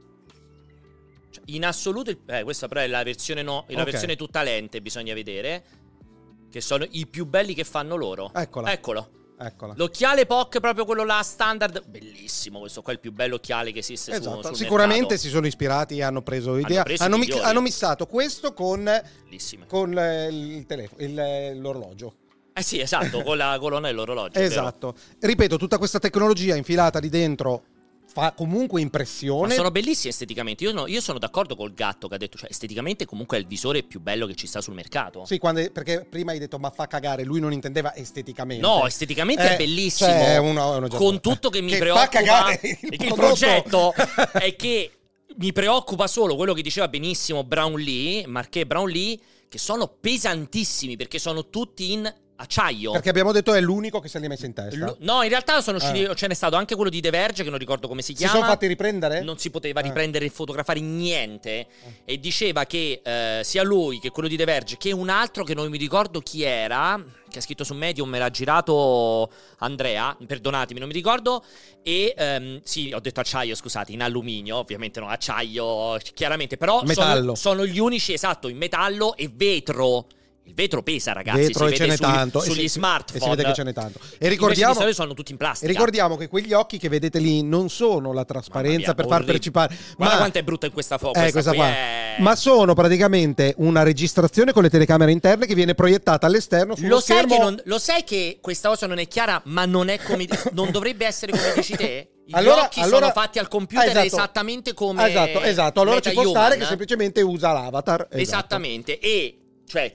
In assoluto questa però è la versione la versione tutta lente, bisogna vedere. Che sono i più belli che fanno loro. Eccolo. L'occhiale POC, proprio quello là standard. Bellissimo, questo qua è il più bello occhiale che esiste sul sicuramente mercato. Si sono ispirati e hanno preso idea. Hanno missato questo con il telefono, l'orologio. Sì, esatto, con la colonna dell'orologio. Esatto. Ripeto, tutta questa tecnologia infilata lì dentro fa comunque impressione. Ma sono bellissimi esteticamente. Io sono d'accordo col gatto che ha detto, cioè esteticamente comunque è il visore più bello che ci sta sul mercato. Sì, perché prima hai detto ma fa cagare, lui non intendeva esteticamente. No, esteticamente è bellissimo. Cioè, uno con tutto che mi preoccupa fa cagare il progetto è che mi preoccupa solo quello che diceva benissimo Marché Brown Lee, che sono pesantissimi perché sono tutti in acciaio. Perché abbiamo detto è l'unico che se li è messo in testa. No, in realtà sono usciti. Ce n'è stato anche quello di The Verge, che non ricordo come si chiama. Si sono fatti riprendere? Non si poteva riprendere e fotografare niente. E diceva che sia lui che quello di The Verge, che un altro che non mi ricordo chi era, che ha scritto su Medium, me l'ha girato Andrea, perdonatemi, non mi ricordo. E sì, ho detto acciaio, scusate, in alluminio, ovviamente no, acciaio chiaramente, però sono gli unici, esatto, in metallo e vetro. Il vetro pesa, ragazzi, vetro si vede tanto, sugli smartphone. E si vede che ce n'è tanto. E ricordiamo, sono tutti in plastica. E ricordiamo che quegli occhi che vedete lì non sono la trasparenza per far percepire. Guarda quanto è brutta in questa foto. Questa qua. Ma sono praticamente una registrazione con le telecamere interne che viene proiettata all'esterno sullo schermo. Lo sai che questa cosa non è chiara, ma non è come non dovrebbe essere come dici te? Gli occhi sono fatti al computer esattamente come Esatto. Allora ci può stare che semplicemente usa l'avatar. Esattamente. E cioè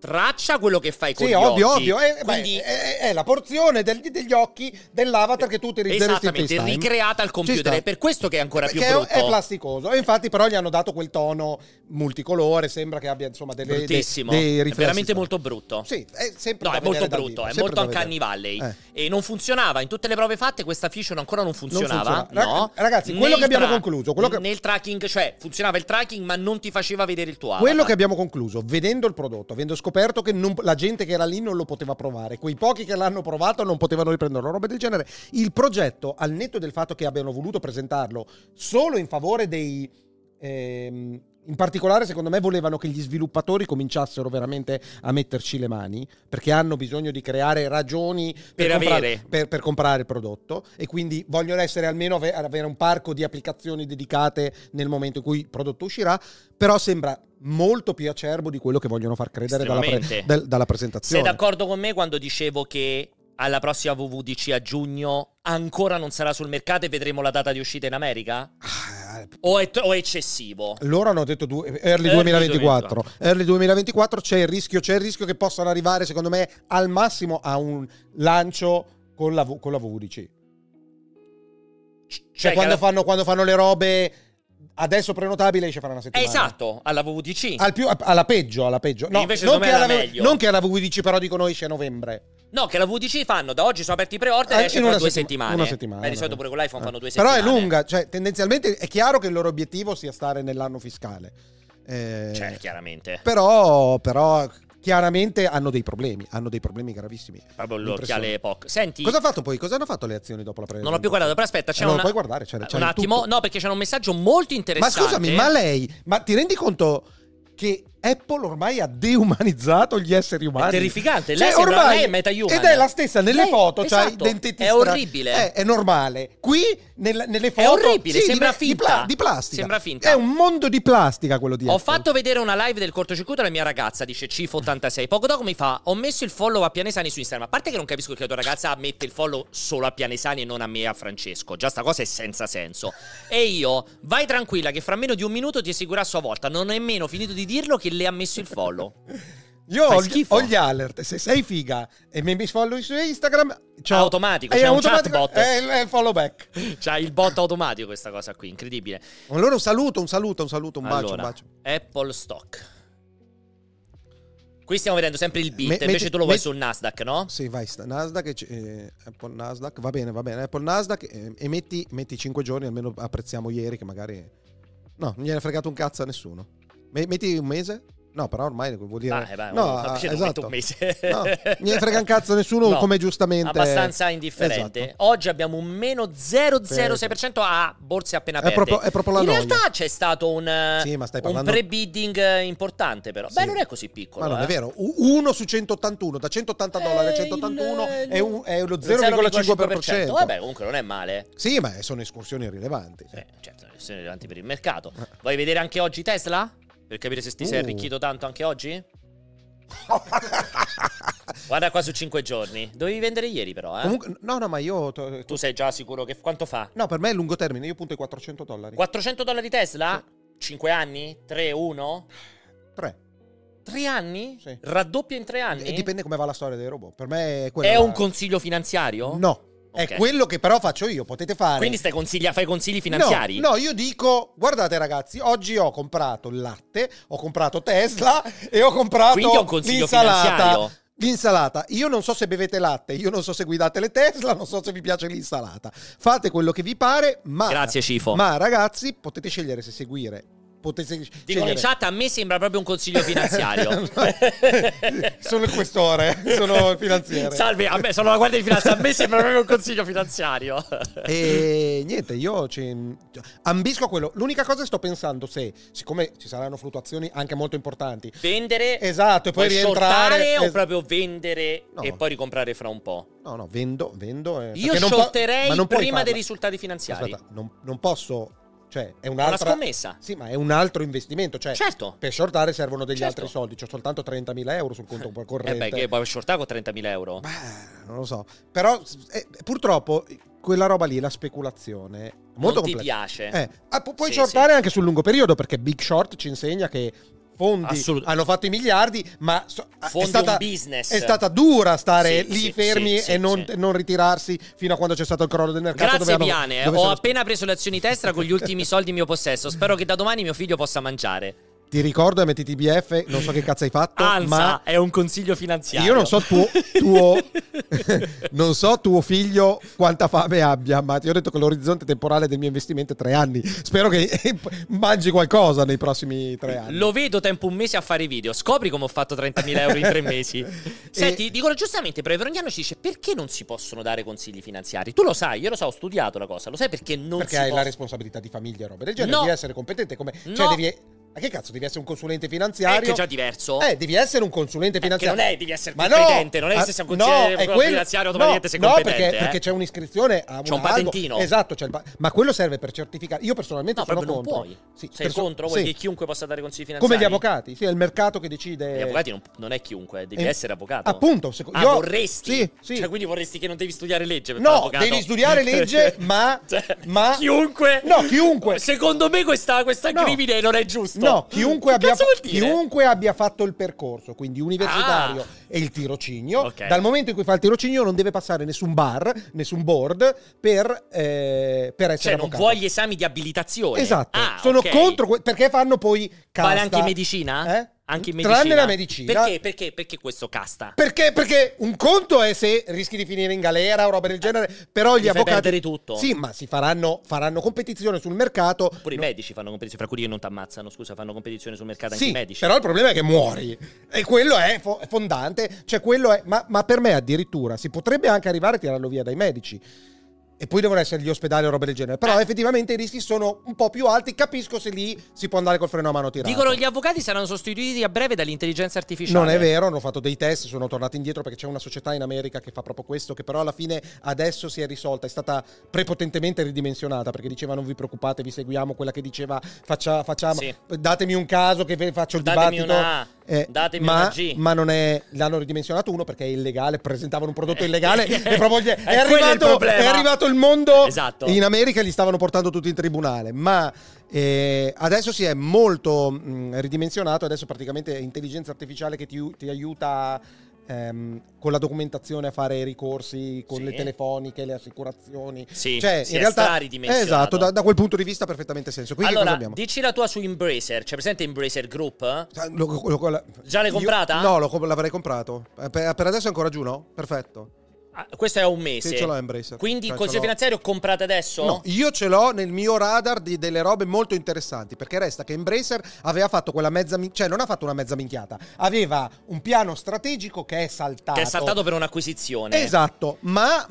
traccia quello che fai con gli ovvio, occhi. Ovvio. Quindi è la porzione degli occhi dell'avatar che tu utilizzeresti in FaceTime. Esattamente, ricreata al computer. È per questo che è ancora più brutto. È plasticoso. E infatti però gli hanno dato quel tono multicolore, sembra che abbia insomma dei riflessi. È veramente molto brutto. Sì, è sempre è molto brutto, è molto Uncanny Valley. E non funzionava, in tutte le prove fatte questa feature ancora non funzionava. No. Ragazzi, quello che abbiamo concluso, nel tracking, cioè funzionava il tracking ma non ti faceva vedere il tuo avatar. Quello che abbiamo concluso, vedendo il prodotto, avendo scoperto che la gente che era lì non lo poteva provare, quei pochi che l'hanno provato non potevano riprenderlo, roba del genere. Il progetto, al netto del fatto che abbiano voluto presentarlo solo in favore dei in particolare, secondo me, volevano che gli sviluppatori cominciassero veramente a metterci le mani, perché hanno bisogno di creare ragioni per comprare il prodotto, e quindi vogliono essere almeno avere un parco di applicazioni dedicate nel momento in cui il prodotto uscirà. Però sembra molto più acerbo di quello che vogliono far credere dalla presentazione. Sei d'accordo con me quando dicevo che alla prossima WWDC a giugno ancora non sarà sul mercato e vedremo la data di uscita in America? O è eccessivo? Loro hanno detto early 2024. Early 2024 c'è il rischio che possano arrivare, secondo me, al massimo a un lancio con la WWDC. Cioè quando fanno le robe adesso prenotabile esce fra una settimana. Esatto, alla WWDC. Alla peggio. No, invece non che alla WWDC, però dicono esce a novembre. No, che la WWDC fanno, da oggi sono aperti i pre-order e esce fra 2 settimane. Una settimana. Di solito pure con l'iPhone fanno 2 settimane. Però è lunga, cioè tendenzialmente è chiaro che il loro obiettivo sia stare nell'anno fiscale. Cioè, chiaramente. Però chiaramente hanno dei problemi gravissimi. Proprio l'occhiale Epoch. Senti, cosa ha fatto poi? Cosa hanno fatto le azioni dopo la presentazione? Non ho più guardato, però aspetta, non lo puoi guardare, c'è un attimo. tutto. No, perché c'era un messaggio molto interessante. Ma scusami, ma ti rendi conto che Apple ormai ha deumanizzato gli esseri umani? È terrificante, lei ormai è metahuman. Ed è la stessa nelle foto, esatto, cioè denteti è orribile. È normale. Qui nelle foto è orribile, sembra finta. Di plastica. Sembra finta. È un mondo di plastica quello di Apple. Ho fatto vedere una live del cortocircuito alla mia ragazza, dice Cifo86. Poco dopo mi fa: ho messo il follow a Pianesani su Instagram. A parte che non capisco che la tua ragazza mette il follow solo a Pianesani e non a me e a Francesco. Già sta cosa è senza senso. E io, vai tranquilla che fra meno di un minuto ti assicura a sua volta. Non ho nemmeno finito di dirlo che le ha messo il follow. Io ho gli alert. Se sei figa e mi follow su Instagram, automatico, c'è un chatbot. È il follow back. C'ha il bot automatico, questa cosa qui, incredibile. Allora un saluto, un bacio, un bacio. Apple Stock. Qui stiamo vedendo sempre il bit, invece tu lo vuoi sul Nasdaq, no? Sì, vai, Nasdaq, Apple Nasdaq, va bene, Apple Nasdaq, e metti 5 giorni, almeno apprezziamo ieri che magari... No, non gliene è fregato un cazzo a nessuno. Metti un mese? No, però ormai vuol dire... esatto. Un mese. No, ne frega un cazzo a nessuno, no, come giustamente... Abbastanza indifferente. Esatto. Oggi abbiamo un meno 0,06% a borse appena aperte. È proprio la In noia. realtà c'è stato un pre-bidding importante, però. Sì. Beh, non è così piccolo. Ma non è vero. 1 su 181, da $180 a 181 è lo 0,5%. Vabbè, comunque non è male. Sì, ma sono escursioni rilevanti. Certo, escursioni rilevanti per il mercato. Vuoi vedere anche oggi Tesla? Per capire se ti sei arricchito tanto anche oggi? Guarda qua su 5 giorni. Dovevi vendere ieri però, Comunque, no, ma io... Tu sei già sicuro che... Quanto fa? No, per me è lungo termine. Io punto ai $400. $400 Tesla? Sì. 5 anni? 3, 1? 3. 3 anni? Sì. Raddoppia in 3 anni? E dipende come va la storia dei robot. Per me è quello. È un consiglio finanziario? No. Okay. È quello che però faccio io, potete fare. Quindi fai consigli finanziari? No, io dico, guardate ragazzi, oggi ho comprato il latte, ho comprato Tesla e ho comprato quindi è un consiglio finanziario. L'insalata. Io non so se bevete latte, io non so se guidate le Tesla, non so se vi piace l'insalata. Fate quello che vi pare, ma... Grazie Cifo. Ma ragazzi, potete scegliere se seguire... Dicono in chat, a me sembra proprio un consiglio finanziario. Sono il questore, sono il finanziere. Salve, a me sono la guardia di finanza, a me sembra proprio un consiglio finanziario. E niente, io ambisco a quello. L'unica cosa che sto pensando, siccome ci saranno fluttuazioni anche molto importanti, vendere, esatto, e poi rientrare o proprio vendere e poi ricomprare fra un po'. No, vendo. Io shorterei prima dei risultati finanziari. Aspetta, non posso. Cioè, è una scommessa. Sì, ma è un altro investimento. Cioè, certo. Per shortare servono degli altri soldi. C'ho soltanto 30.000 euro sul conto corrente. Che puoi shortare con 30.000 euro? Beh, non lo so. Però purtroppo quella roba lì, la speculazione, molto non complessa. Ti piace. Puoi shortare anche sul lungo periodo, perché Big Short ci insegna che fondi hanno fatto i miliardi, ma è stata dura stare lì fermi e non ritirarsi fino a quando c'è stato il crollo del mercato. Grazie Piane, ho appena preso le azioni Tesla con gli ultimi soldi in mio possesso. Spero che da domani mio figlio possa mangiare. Ti ricordo MTTBF, non so che cazzo hai fatto, ma è un consiglio finanziario. Io non so non so tuo figlio quanta fame abbia, ma ti ho detto che l'orizzonte temporale del mio investimento è 3 anni. Spero che mangi qualcosa nei prossimi 3 anni. Lo vedo tempo un mese a fare video. Scopri come ho fatto 30.000 euro in 3 mesi. Senti, dicono giustamente, Preverognano ci dice: perché non si possono dare consigli finanziari? Tu lo sai, io lo so, ho studiato la cosa. Lo sai perché non perché hai la responsabilità di famiglia e roba del genere. Devi essere competente come... Cioè ma che cazzo, devi essere un consulente finanziario? Che è già diverso. Devi essere un consulente finanziario. Che non è, devi essere competente. Non è che se sei un consigliere finanziario automaticamente sei competente. No, perché c'è un'iscrizione a c'è un patentino. Esatto, ma quello serve per certificare. Io personalmente sono contro. Non puoi. Sei contro? Vuoi che chiunque possa dare consigli finanziari? Come gli avvocati. Sì, è il mercato che decide. Gli avvocati non è chiunque, devi essere avvocato. Appunto. Vorresti? Sì. Cioè, quindi vorresti che non devi studiare legge per fare avvocato? No, devi studiare legge, ma chiunque. No, chiunque. Secondo me questa crimine non è giusto. No, chiunque abbia fatto il percorso, quindi universitario e il tirocinio, dal momento in cui fa il tirocinio non deve passare nessun bar, nessun board per essere avvocato. Non vuoi gli esami di abilitazione? Esatto, sono contro perché fanno poi casta. Vale anche in medicina? Anche in medicina. Tranne la medicina. Perché questo casta? Perché un conto è se rischi di finire in galera o roba del genere, però gli avvocati perdere tutto. Sì, ma si faranno competizione sul mercato. Pure i medici fanno competizione, fra quelli che non ti ammazzano, scusa, fanno competizione sul mercato anche i medici. Però il problema è che muori. E quello è fondante, cioè quello è ma per me addirittura si potrebbe anche arrivare a tirarlo via dai medici. E poi devono essere gli ospedali o roba del genere. Però effettivamente i rischi sono un po' più alti. Capisco se lì si può andare col freno a mano tirato. Dicono gli avvocati saranno sostituiti a breve dall'intelligenza artificiale. Non è vero, hanno fatto dei test, sono tornati indietro perché c'è una società in America che fa proprio questo, che però alla fine adesso si è risolta, è stata prepotentemente ridimensionata perché diceva non vi preoccupate, vi seguiamo, quella che diceva facciamo, datemi un caso che faccio il dibattito. Datemi una G. Ma non è, l'hanno ridimensionato perché è illegale, presentavano un prodotto illegale e proprio è arrivato il mondo. Esatto. In America li stavano portando tutti in tribunale, ma adesso si è molto ridimensionato. Adesso praticamente è intelligenza artificiale che ti aiuta con la documentazione a fare ricorsi con le telefoniche, le assicurazioni. Cioè, in realtà esatto, da quel punto di vista perfettamente senso. Quindi allora, dici la tua su Embracer. C'è presente Embracer Group? Già l'hai comprata? No, l'avrei comprato. Per adesso è ancora giù, no? Perfetto. Questo è un mese. Sì, ce l'ho Embracer. Quindi il consiglio finanziario comprate adesso? No, io ce l'ho nel mio radar delle robe molto interessanti, perché resta che Embracer aveva fatto quella cioè non ha fatto una mezza minchiata, aveva un piano strategico che è saltato. Che è saltato per un'acquisizione. Esatto, ma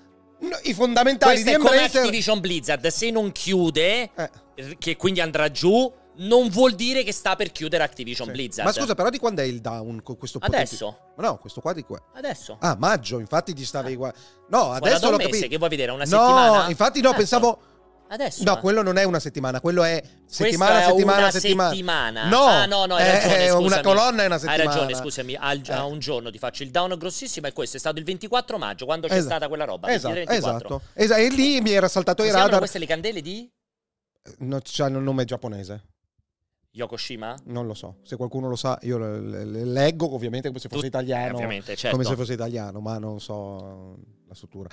i fondamentali di Embracer... Questo è come Activision Blizzard, se non chiude, che quindi andrà giù, non vuol dire che sta per chiudere Activision Blizzard. Ma scusa, però di quando è il down con questo adesso? Ma no, questo qua di qua. Adesso. Ah, maggio, infatti ti stavi qua. No, adesso l'ho l'ho capito. Che vuoi vedere una settimana? No, infatti no, pensavo adesso. No, quello non è una settimana, quello è settimana. No, no, hai ragione, scusami. Una colonna è una settimana. Hai ragione, scusami, a un giorno ti faccio il down grossissimo e questo è stato il 24 maggio, quando c'è stata quella roba. Esatto. E lì mi era saltato i radar. Queste le candele di? C'hanno un nome giapponese. Yokoshima? Non lo so, se qualcuno lo sa io le leggo ovviamente come se fosse italiano, ovviamente, certo. Come se fosse italiano, ma non so la struttura.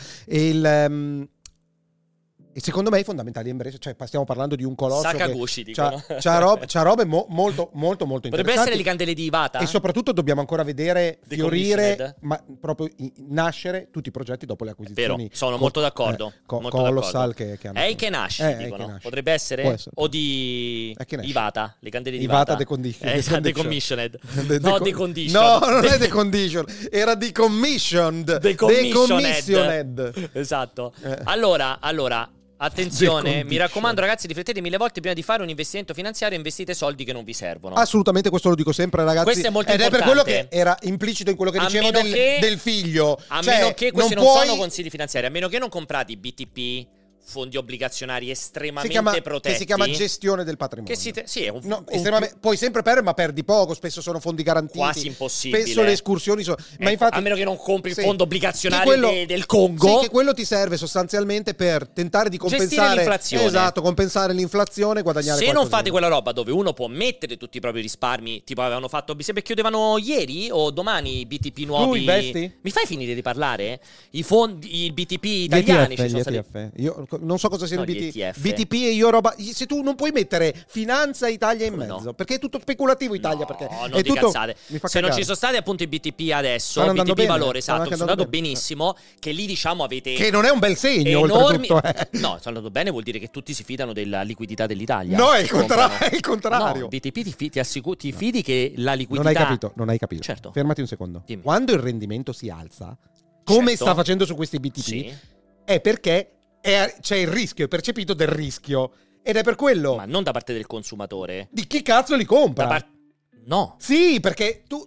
E secondo me i fondamentali Embracer, cioè stiamo parlando di un colosso Sakaguchi, dicono. C'ha robe molto interessanti. Potrebbe essere le candele di Iwata. E soprattutto dobbiamo ancora vedere fiorire, ma proprio nascere tutti i progetti dopo le acquisizioni. Vero, sono molto d'accordo. Colossal che hanno. È Ikenashi, dicono. Potrebbe essere? Può essere. O di Iwata, le candele di Iwata. Decommissioned. No, Deconditioned. No, non è Deconditioned, era Decommissioned. Decommissioned. Esatto. Allora, attenzione, mi raccomando ragazzi, riflettete 1000 volte prima di fare un investimento finanziario, investite soldi che non vi servono. Assolutamente, questo lo dico sempre ragazzi. Questo è molto importante. Ed è per quello che era implicito in quello che dicevo del figlio. A meno che questi non sono consigli finanziari, a meno che non comprate i BTP, fondi obbligazionari estremamente protetti. Che si chiama gestione del patrimonio. Sì, è puoi sempre perdere, ma perdi poco. Spesso sono fondi garantiti. Quasi impossibile. Spesso le escursioni sono. Ma infatti, a meno che non compri il fondo obbligazionario del Congo. Sì, che quello ti serve sostanzialmente per tentare di compensare gestire l'inflazione. Esatto, compensare l'inflazione, guadagnare. Se non fate quella roba dove uno può mettere tutti i propri risparmi, tipo avevano fatto, mi sembra chiudevano ieri o domani i BTP nuovi. Tu investi? Mi fai finire di parlare? I fondi, i BTP italiani ci sono stati. Io non so cosa siano i ETF. BTP e io roba. Se tu non puoi mettere Finanza Italia in mezzo, perché è tutto speculativo Italia. Perché non è tutto. Cazzate. Se non ci sono stati appunto i BTP adesso, BTP bene, valore, esatto, sono andato benissimo. Che lì diciamo avete. Che non è un bel segno, enormi. Oltretutto. No, sono andato bene, vuol dire che tutti si fidano della liquidità dell'Italia. No, è il contrario. No, BTP ti fidi che la liquidità. Non hai capito. Certo. Fermati un secondo. Dimmi. Quando il rendimento si alza, come sta facendo su questi BTP, è perché c'è il rischio, è percepito del rischio. Ed è per quello. Ma non da parte del consumatore. Di chi cazzo li compra? No. Sì, perché tu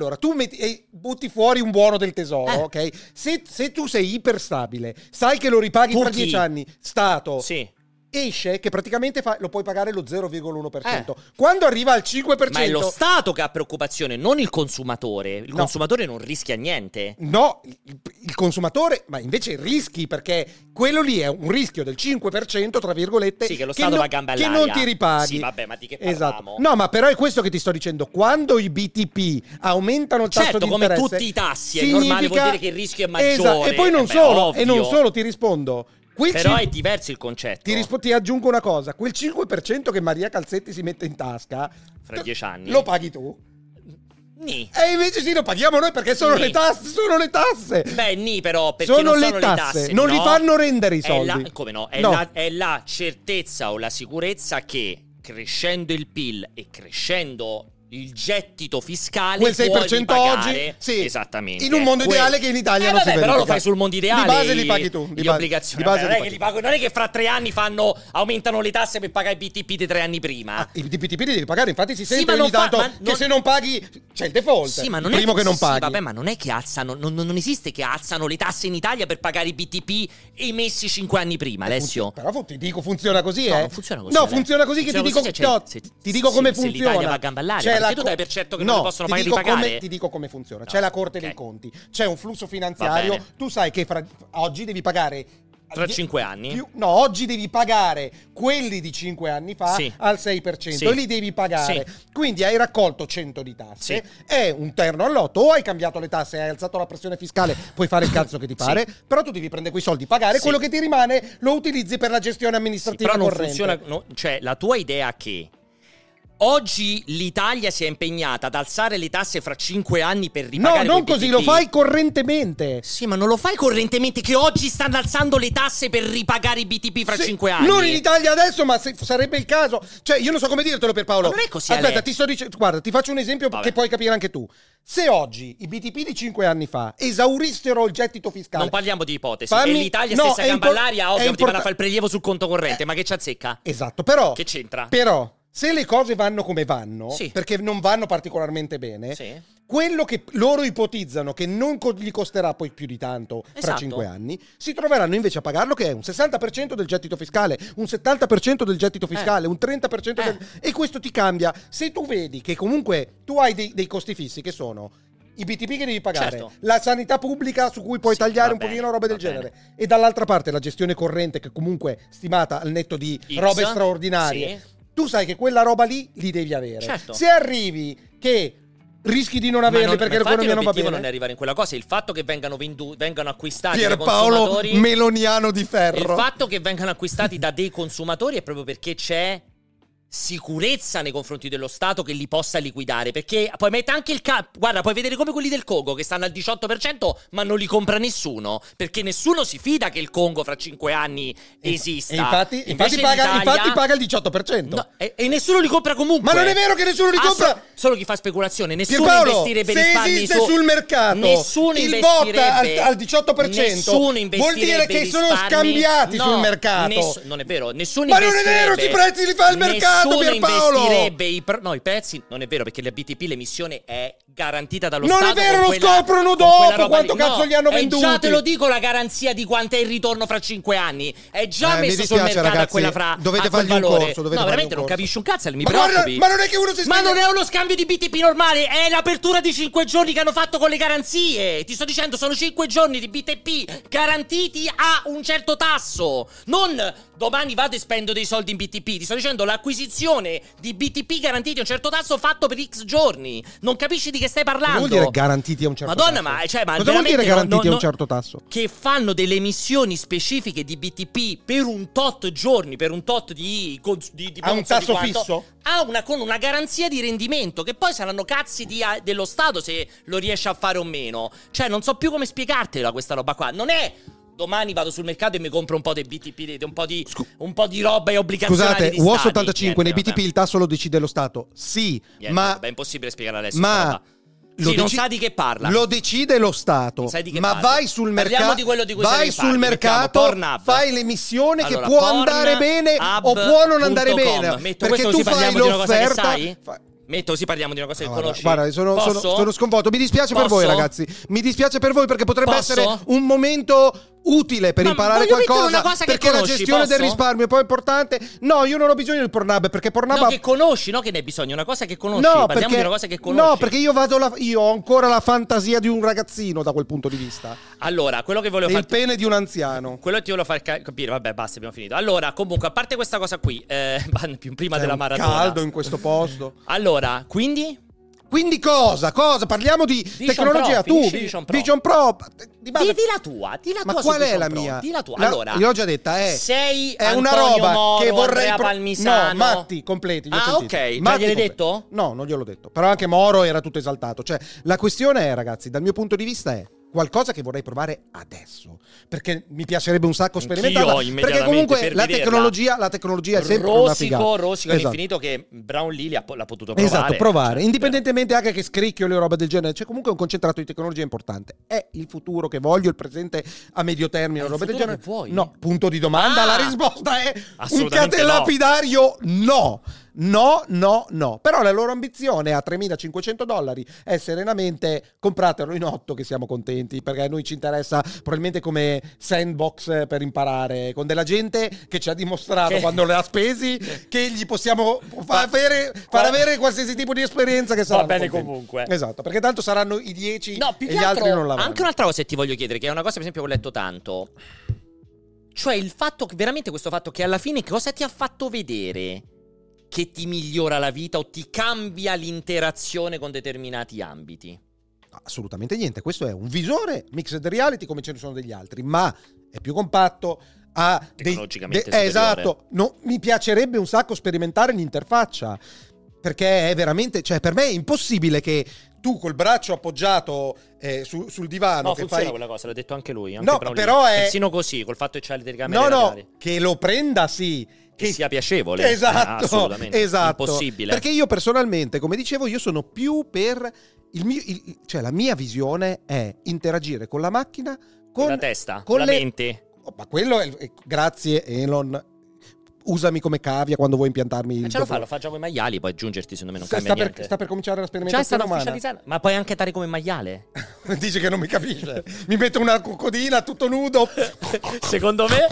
butti fuori un buono del tesoro, ok? Se tu sei iperstabile, sai che lo ripaghi tra 10 anni, Stato. Sì. Esce che praticamente lo puoi pagare lo 0,1%. Quando arriva al 5%. Ma è lo Stato che ha preoccupazione, non il consumatore. Il consumatore non rischia niente. No, il consumatore, ma invece rischi, perché quello lì è un rischio del 5%, tra virgolette. Sì, che lo Stato va a gamba all'aria. Che non ti ripaghi. Sì, vabbè, ma di che parliamo? Esatto. No, ma però è questo che ti sto dicendo. Quando i BTP aumentano il tasso di interesse, come tutti i tassi, è normale, vuol dire che il rischio è maggiore. Esatto. E poi non solo, ti rispondo. Però è diverso il concetto. Ti aggiungo una cosa: quel 5% che Maria Calzetti si mette in tasca fra 10 anni lo paghi tu? Ni. E invece sì, lo paghiamo noi, perché sono le tasse. Beh, però perché sono le tasse. Non li fanno rendere i soldi. Come no? È la certezza o la sicurezza che crescendo il PIL e crescendo il gettito fiscale, quel 6% oggi, sì, esattamente, in un mondo ideale che in Italia non si verifica. Però lo fai sul mondo ideale. Di base li paghi tu. Gli obbligazionari. Non è che fra 3 anni aumentano le tasse per pagare i BTP di 3 anni prima. I BTP li devi pagare, infatti si sente ogni tanto che se non paghi c'è il default. Sì, ma non primo che non paghi. Vabbè, ma non è che alzano, non esiste che alzano le tasse in Italia per pagare i BTP emessi 5 anni prima, Alessio. Però ti dico, funziona così, No, non funziona così. No, funziona così, che ti dico. Ti dico come funziona. Se l'Italia va a gamba all'aria, perché tu dai per certo che non li possono pagare. Ti dico come funziona. C'è la Corte dei Conti, c'è un flusso finanziario. Tu sai che oggi devi pagare tra 5 anni? Oggi devi pagare quelli di 5 anni fa al 6%. E li devi pagare. Quindi hai raccolto 100 di tasse, è un terno all'otto. O hai cambiato le tasse, hai alzato la pressione fiscale, puoi fare il cazzo che ti pare, però tu devi prendere quei soldi, pagare quello che ti rimane, lo utilizzi per la gestione amministrativa però corrente. Non funziona, cioè la tua idea che oggi l'Italia si è impegnata ad alzare le tasse fra 5 anni per ripagare. No, non così, BTP. lo fai correntemente. Sì, ma non lo fai correntemente che oggi stanno alzando le tasse per ripagare i BTP fra 5 anni. Non in Italia adesso, ma sarebbe il caso. Cioè, io non so come dirtelo, per Paolo. Ma non è così. Aspetta, ti sto dicendo, guarda, ti faccio un esempio che puoi capire anche tu. Se oggi i BTP di 5 anni fa esaurissero il gettito fiscale. Non parliamo di ipotesi. E l'Italia stessa gamba all'aria, ovvio, ti vanno a fare il prelievo sul conto corrente. Ma che c'azzecca? Esatto, però. Che c'entra? Però. Se le cose vanno come vanno, perché non vanno particolarmente bene, quello che loro ipotizzano che non gli costerà poi più di tanto fra 5 anni, si troveranno invece a pagarlo, che è un 60% del gettito fiscale, un 70% del gettito fiscale, un 30% e questo ti cambia. Se tu vedi che comunque tu hai dei costi fissi che sono i BTP che devi pagare, la sanità pubblica su cui puoi tagliare un pochino robe del genere, e dall'altra parte la gestione corrente che comunque stimata al netto di robe straordinarie, tu sai che quella roba lì li devi avere. Se arrivi che rischi di non averli perché l'economia non va bene, non è arrivare in quella cosa. Il fatto che vengano acquistati Pierpaolo dai consumatori, Meloniano di ferro, il fatto che vengano acquistati da dei consumatori è proprio perché c'è sicurezza nei confronti dello Stato che li possa liquidare, perché poi mette anche guarda, puoi vedere come quelli del Congo che stanno al 18% ma non li compra nessuno, perché nessuno si fida che il Congo fra 5 anni esista. Infatti paga il 18%. No, e nessuno li compra comunque. Ma non è vero che nessuno li compra. solo chi fa speculazione. Nessuno Pierpaolo, investirebbe risparmi esiste sul mercato nessuno il investirebbe bot al 18%, vuol dire che sono scambiati sul mercato. Non è vero, nessuno ma non è investirebbe. vero, questi prezzi li fa il mercato, Pierpaolo. Investirebbe i prezzi, non è vero, perché la BTP l'emissione è garantita dallo non Stato. Non è vero, lo scoprono dopo quanto cazzo li hanno venduti. Già te lo dico la garanzia di quanto è il ritorno fra 5 anni. È già messo sul mercato, ragazzi, a quella fra dovete fargli un corso, no, veramente non capisci un cazzo, mi ma preoccupi. Ma non è che uno si Ma non è uno scambio di BTP normale, è l'apertura di 5 giorni che hanno fatto con le garanzie. Ti sto dicendo, sono 5 giorni di BTP garantiti a un certo tasso. Non domani vado e spendo dei soldi in BTP. Ti sto dicendo l'acquisizione di BTP garantiti a un certo tasso fatto per X giorni. Non capisci di che stai parlando? Cosa vuol dire garantiti a un certo tasso? Ma cosa vuol dire garantiti a un certo tasso? Che fanno delle emissioni specifiche di BTP per un tot giorni, per un tot di a un tasso fisso? Con una garanzia di rendimento, che poi saranno cazzi dello Stato se lo riesce a fare o meno. Cioè, non so più come spiegartela questa roba qua. Non è domani vado sul mercato e mi compro un po' di BTP, un po' di roba e obbligazionari. Scusate, UOS 85, nei BTP il tasso lo decide lo Stato. Sì, ma è impossibile spiegare adesso. Ma non sa di che parla. Lo decide lo Stato. Ma vai sul mercato. Di quello di cui vai sul mercato, fai l'emissione che può andare bene o può non andare bene. Perché tu fai l'offerta. Metto così, parliamo di una cosa che conosci. Guarda, sono sconvolto. Mi dispiace per voi, ragazzi. Mi dispiace per voi perché potrebbe essere un momento utile per imparare qualcosa, perché la gestione del risparmio è poi importante. No, io non ho bisogno del Pornhub, perché Pornhub che conosci, no che ne hai bisogno, una cosa che conosci. Parliamo di una cosa che conosci. No, perché io ho ancora la fantasia di un ragazzino da quel punto di vista. Allora, quello che volevo fare, il pene di un anziano. Quello che ti volevo far capire, vabbè, basta, abbiamo finito. Allora, comunque, a parte questa cosa qui, più prima della maratona. Caldo in questo posto. Allora, quindi cosa? Parliamo di tecnologia. Vision Pro. Di la tua. Ma qual è la mia? Di la tua. Allora, l'ho già detta, sei è una roba Moro, che vorrei Palmisano. No, Matti completi. Ok. Già gliel'hai detto? No, non gliel'ho detto. Però anche Moro era tutto esaltato. Cioè, la questione è, ragazzi, dal mio punto di vista è qualcosa che vorrei provare adesso, perché mi piacerebbe un sacco sperimentarla, perché comunque la tecnologia è sempre una figata. Rosico all'infinito, che Brown Lily l'ha potuto provare. Esatto, provare, indipendentemente anche che scricchio le robe del genere, c'è comunque un concentrato di tecnologia importante. È il futuro che voglio, il presente a medio termine, roba del genere? No, punto di domanda, la risposta è un catelapidario no. No. Però la loro ambizione a $3.500 è serenamente compratelo in 8 che siamo contenti, perché a noi ci interessa probabilmente come sandbox per imparare con della gente che ci ha dimostrato quando le ha spesi che gli possiamo far avere qualsiasi tipo di esperienza che sarà bene comunque. Esatto, perché tanto saranno i 10 e gli altri non l'avranno. Anche un'altra cosa che ti voglio chiedere, che è una cosa per esempio che ho letto tanto, cioè il fatto che veramente questo fatto che alla fine cosa ti ha fatto vedere che ti migliora la vita o ti cambia l'interazione con determinati ambiti? Assolutamente niente. Questo è un visore mixed reality come ce ne sono degli altri, ma è più compatto, ha tecnologicamente esatto. No, mi piacerebbe un sacco sperimentare l'interfaccia, perché è veramente, cioè per me è impossibile che tu col braccio appoggiato sul divano no, che funziona fai quella cosa, l'ha detto anche lui. No, però è persino così, col fatto che c'ha le telecamere laterali. Che lo prenda che sia piacevole. Esatto, assolutamente. Impossibile. Perché io personalmente, come dicevo, io sono più per cioè la mia visione è interagire con la macchina, con la testa, con la mente. Ma quello è grazie Elon. Usami come cavia quando vuoi impiantarmi il lo fa già con i maiali, puoi aggiungerti, secondo me non cambia niente. Sta per cominciare la sperimentazione umana. Ma puoi anche dare come maiale. Dici che non mi capisce. Mi metto una cocodina tutto nudo. Secondo me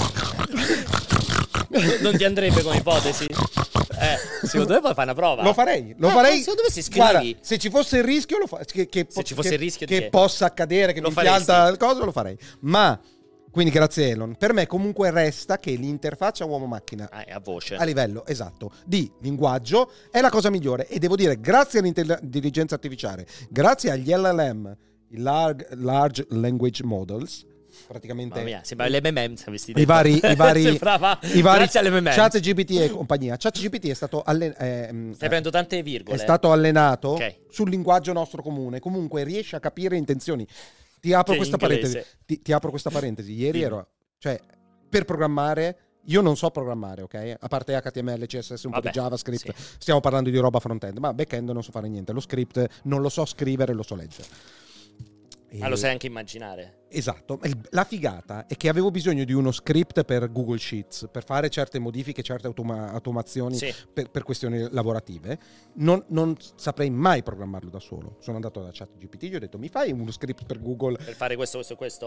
non ti andrebbe come ipotesi. Secondo me puoi fare una prova. Lo farei. Secondo me si scrivi. Guarda, se ci fosse il rischio se ci fosse il rischio che possa accadere, che mi impianta il coso, lo farei. Ma quindi grazie Elon. Per me comunque resta che l'interfaccia uomo-macchina a voce, a livello esatto di linguaggio è la cosa migliore, e devo dire grazie all'intelligenza artificiale, grazie agli LLM, i large language models, praticamente mia, sembra l'MMM, i vari grazie all'MMM, ChatGPT e compagnia. ChatGPT è stato stai prendendo tante virgole, è stato allenato sul linguaggio nostro comune, comunque riesce a capire intenzioni. Ti apro questa parentesi. Ieri ero, cioè, per programmare io non so programmare, ok? A parte HTML, CSS, un po' di JavaScript, sì. Stiamo parlando di roba front-end, ma back-end non so fare niente. Lo script non lo so scrivere, lo so leggere. Ma lo sai anche immaginare. Esatto. La figata è che avevo bisogno di uno script per Google Sheets, per fare certe modifiche, certe automazioni per questioni lavorative. Non saprei mai programmarlo da solo. Sono andato da ChatGPT, gli ho detto: mi fai uno script per Google? Per fare questo?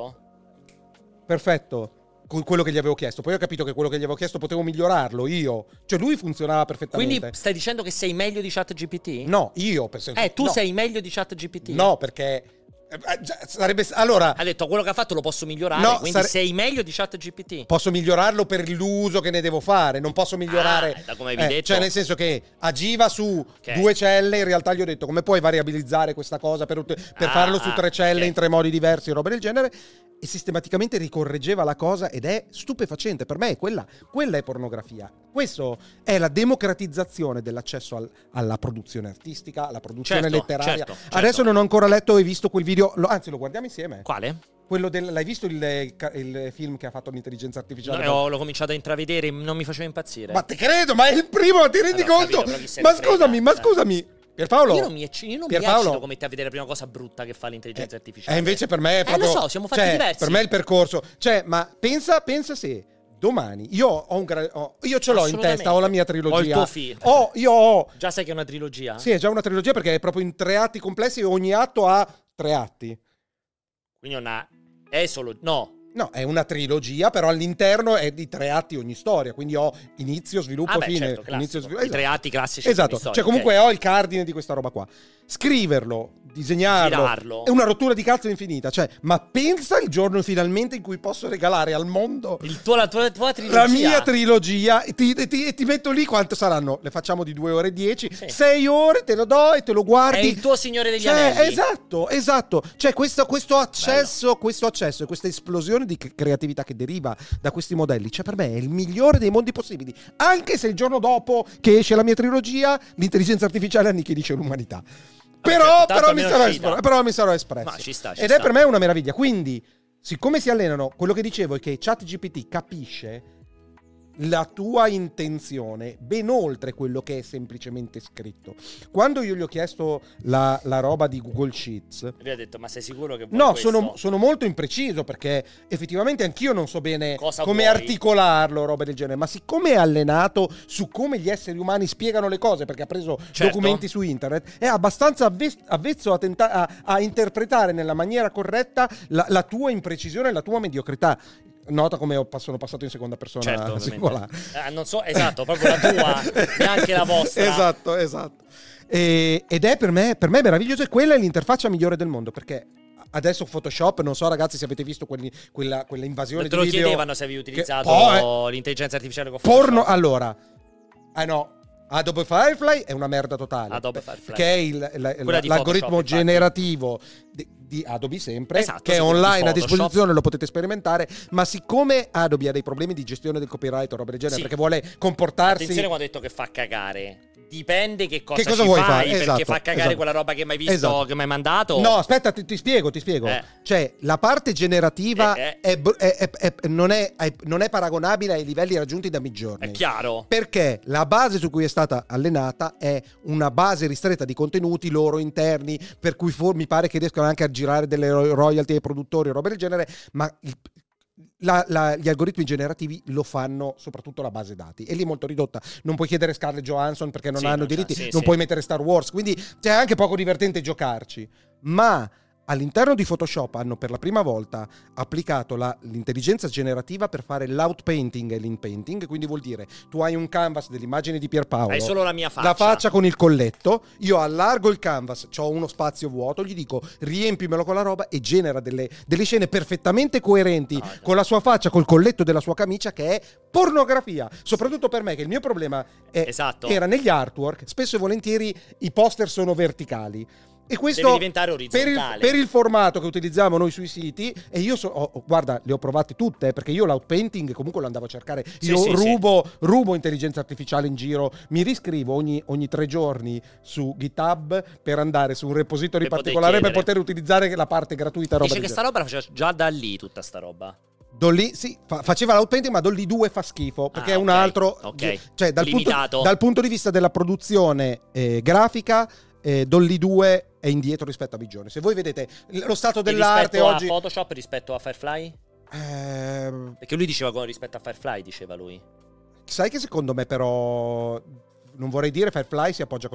Perfetto. Quello che gli avevo chiesto. Poi ho capito che quello che gli avevo chiesto potevo migliorarlo io. Cioè lui funzionava perfettamente. Quindi stai dicendo che sei meglio di ChatGPT? No, io per senso. Tu sei meglio di ChatGPT? No, perché sarebbe, allora, ha detto quello che ha fatto lo posso migliorare, quindi sei meglio di ChatGPT. Posso migliorarlo per l'uso che ne devo fare, non posso migliorare da come hai detto. Cioè nel senso che agiva su 2 celle, in realtà gli ho detto come puoi variabilizzare questa cosa per farlo su 3 celle in 3 modi diversi, roba del genere, e sistematicamente ricorreggeva la cosa, ed è stupefacente. Per me quella è pornografia. Questo è la democratizzazione dell'accesso alla produzione artistica, alla produzione letteraria. Certo. Adesso non ho ancora letto e visto quel video, anzi lo guardiamo insieme. Quale? Quello l'hai visto il film che ha fatto l'intelligenza artificiale? No, l'ho cominciato a intravedere, non mi faceva impazzire. Ma te credo, ma è il primo, ti rendi conto? Ma scusami. Pierpaolo, io non mi eccito come te a vedere la prima cosa brutta che fa l'intelligenza artificiale. Invece per me è proprio, lo so, siamo fatti diversi. Per me è il percorso. Cioè, ma pensa se domani io io ce l'ho in testa, ho la mia trilogia. Ho il tuo film. Già sai che è una trilogia? Sì, è già una trilogia perché è proprio in 3 atti complessi e ogni atto ha 3 atti. Quindi è solo... No, è una trilogia, però all'interno è di 3 atti ogni storia, quindi ho inizio, sviluppo, fine. Certo, inizio, sviluppo. I 3 atti classici. Esatto, storia, cioè comunque ho il cardine di questa roba qua. Scriverlo, disegnarlo, girarlo. È una rottura di cazzo infinita, cioè, ma pensa il giorno finalmente in cui posso regalare al mondo la tua trilogia. La mia trilogia, e ti metto lì, quanto saranno? Le facciamo di 2 ore e 10, 6 ore, te lo do e te lo guardi. È il tuo Signore degli Anelli. Esatto. Cioè questo accesso e questa esplosione di creatività che deriva da questi modelli, cioè per me è il migliore dei mondi possibili, anche se il giorno dopo che esce la mia trilogia l'intelligenza artificiale annichilisce l'umanità. Però mi sarò espresso. Ma ci sta. Ed è per me una meraviglia. Quindi, siccome si allenano, quello che dicevo è che ChatGPT capisce la tua intenzione ben oltre quello che è semplicemente scritto. Quando io gli ho chiesto la roba di Google Sheets, lui ha detto: ma sei sicuro che vuoi questo? sono molto impreciso, perché effettivamente anch'io non so bene come vuoi? Articolarlo, roba del genere, ma siccome è allenato su come gli esseri umani spiegano le cose, perché ha preso documenti su internet, è abbastanza avvezzo a interpretare nella maniera corretta la tua imprecisione e la tua mediocrità. Nota come sono passato in seconda persona singolare. Non so, esatto, proprio la tua, neanche la vostra. Esatto. Ed è per me meraviglioso, e quella è l'interfaccia migliore del mondo, perché adesso Photoshop, non so ragazzi se avete visto quella invasione di video. Te lo chiedevano se avevi utilizzato l'intelligenza artificiale con Photoshop. Porno, allora. No. Adobe Firefly è una merda totale. Che è l'algoritmo generativo di Adobe sempre, che è online a disposizione, lo potete sperimentare, ma siccome Adobe ha dei problemi di gestione del copyright o roba del genere, perché vuole comportarsi... Attenzione quando ho detto che fa cagare. Dipende che cosa ci vuoi fare, perché fa cagare quella roba che mi hai visto, che mi hai mandato. No, aspetta, ti spiego. Cioè, la parte generativa non è paragonabile ai livelli raggiunti da Midjourney. È chiaro. Perché la base su cui è stata allenata è una base ristretta di contenuti loro interni, per cui mi pare che riescano anche a girare delle royalty ai produttori o roba del genere, ma gli algoritmi generativi lo fanno soprattutto la base dati, e lì è molto ridotta. Non puoi chiedere Scarlett Johansson perché non hanno diritti, non puoi mettere Star Wars, quindi è anche poco divertente giocarci. Ma all'interno di Photoshop hanno per la prima volta applicato l'intelligenza generativa per fare l'outpainting e l'inpainting, quindi vuol dire tu hai un canvas dell'immagine di Pierpaolo, hai solo la mia faccia, la faccia con il colletto, io allargo il canvas, c'ho uno spazio vuoto, gli dico riempimelo con la roba e genera delle scene perfettamente coerenti con la sua faccia, col colletto della sua camicia, che è pornografia. Soprattutto per me, che il mio problema era negli artwork, spesso e volentieri i poster sono verticali. E questo deve diventare orizzontale per il formato che utilizziamo noi sui siti. E io guarda, le ho provate tutte, perché io l'outpainting comunque lo andavo a cercare. Rubo intelligenza artificiale in giro, mi riscrivo ogni 3 giorni su GitHub per andare su un repository particolare per poter utilizzare la parte gratuita. Dice che sta roba la faceva già da lì, tutta sta roba. Dolly sì, faceva l'outpainting, ma Dolly 2 fa schifo perché è un altro, cioè dal punto di vista della produzione grafica, Dolly 2 è indietro rispetto a Bigione. Se voi vedete lo stato dell'arte rispetto oggi a Photoshop, rispetto a Firefly, perché lui diceva rispetto a Firefly, diceva lui. Sai che secondo me però, non vorrei dire Firefly si appoggia con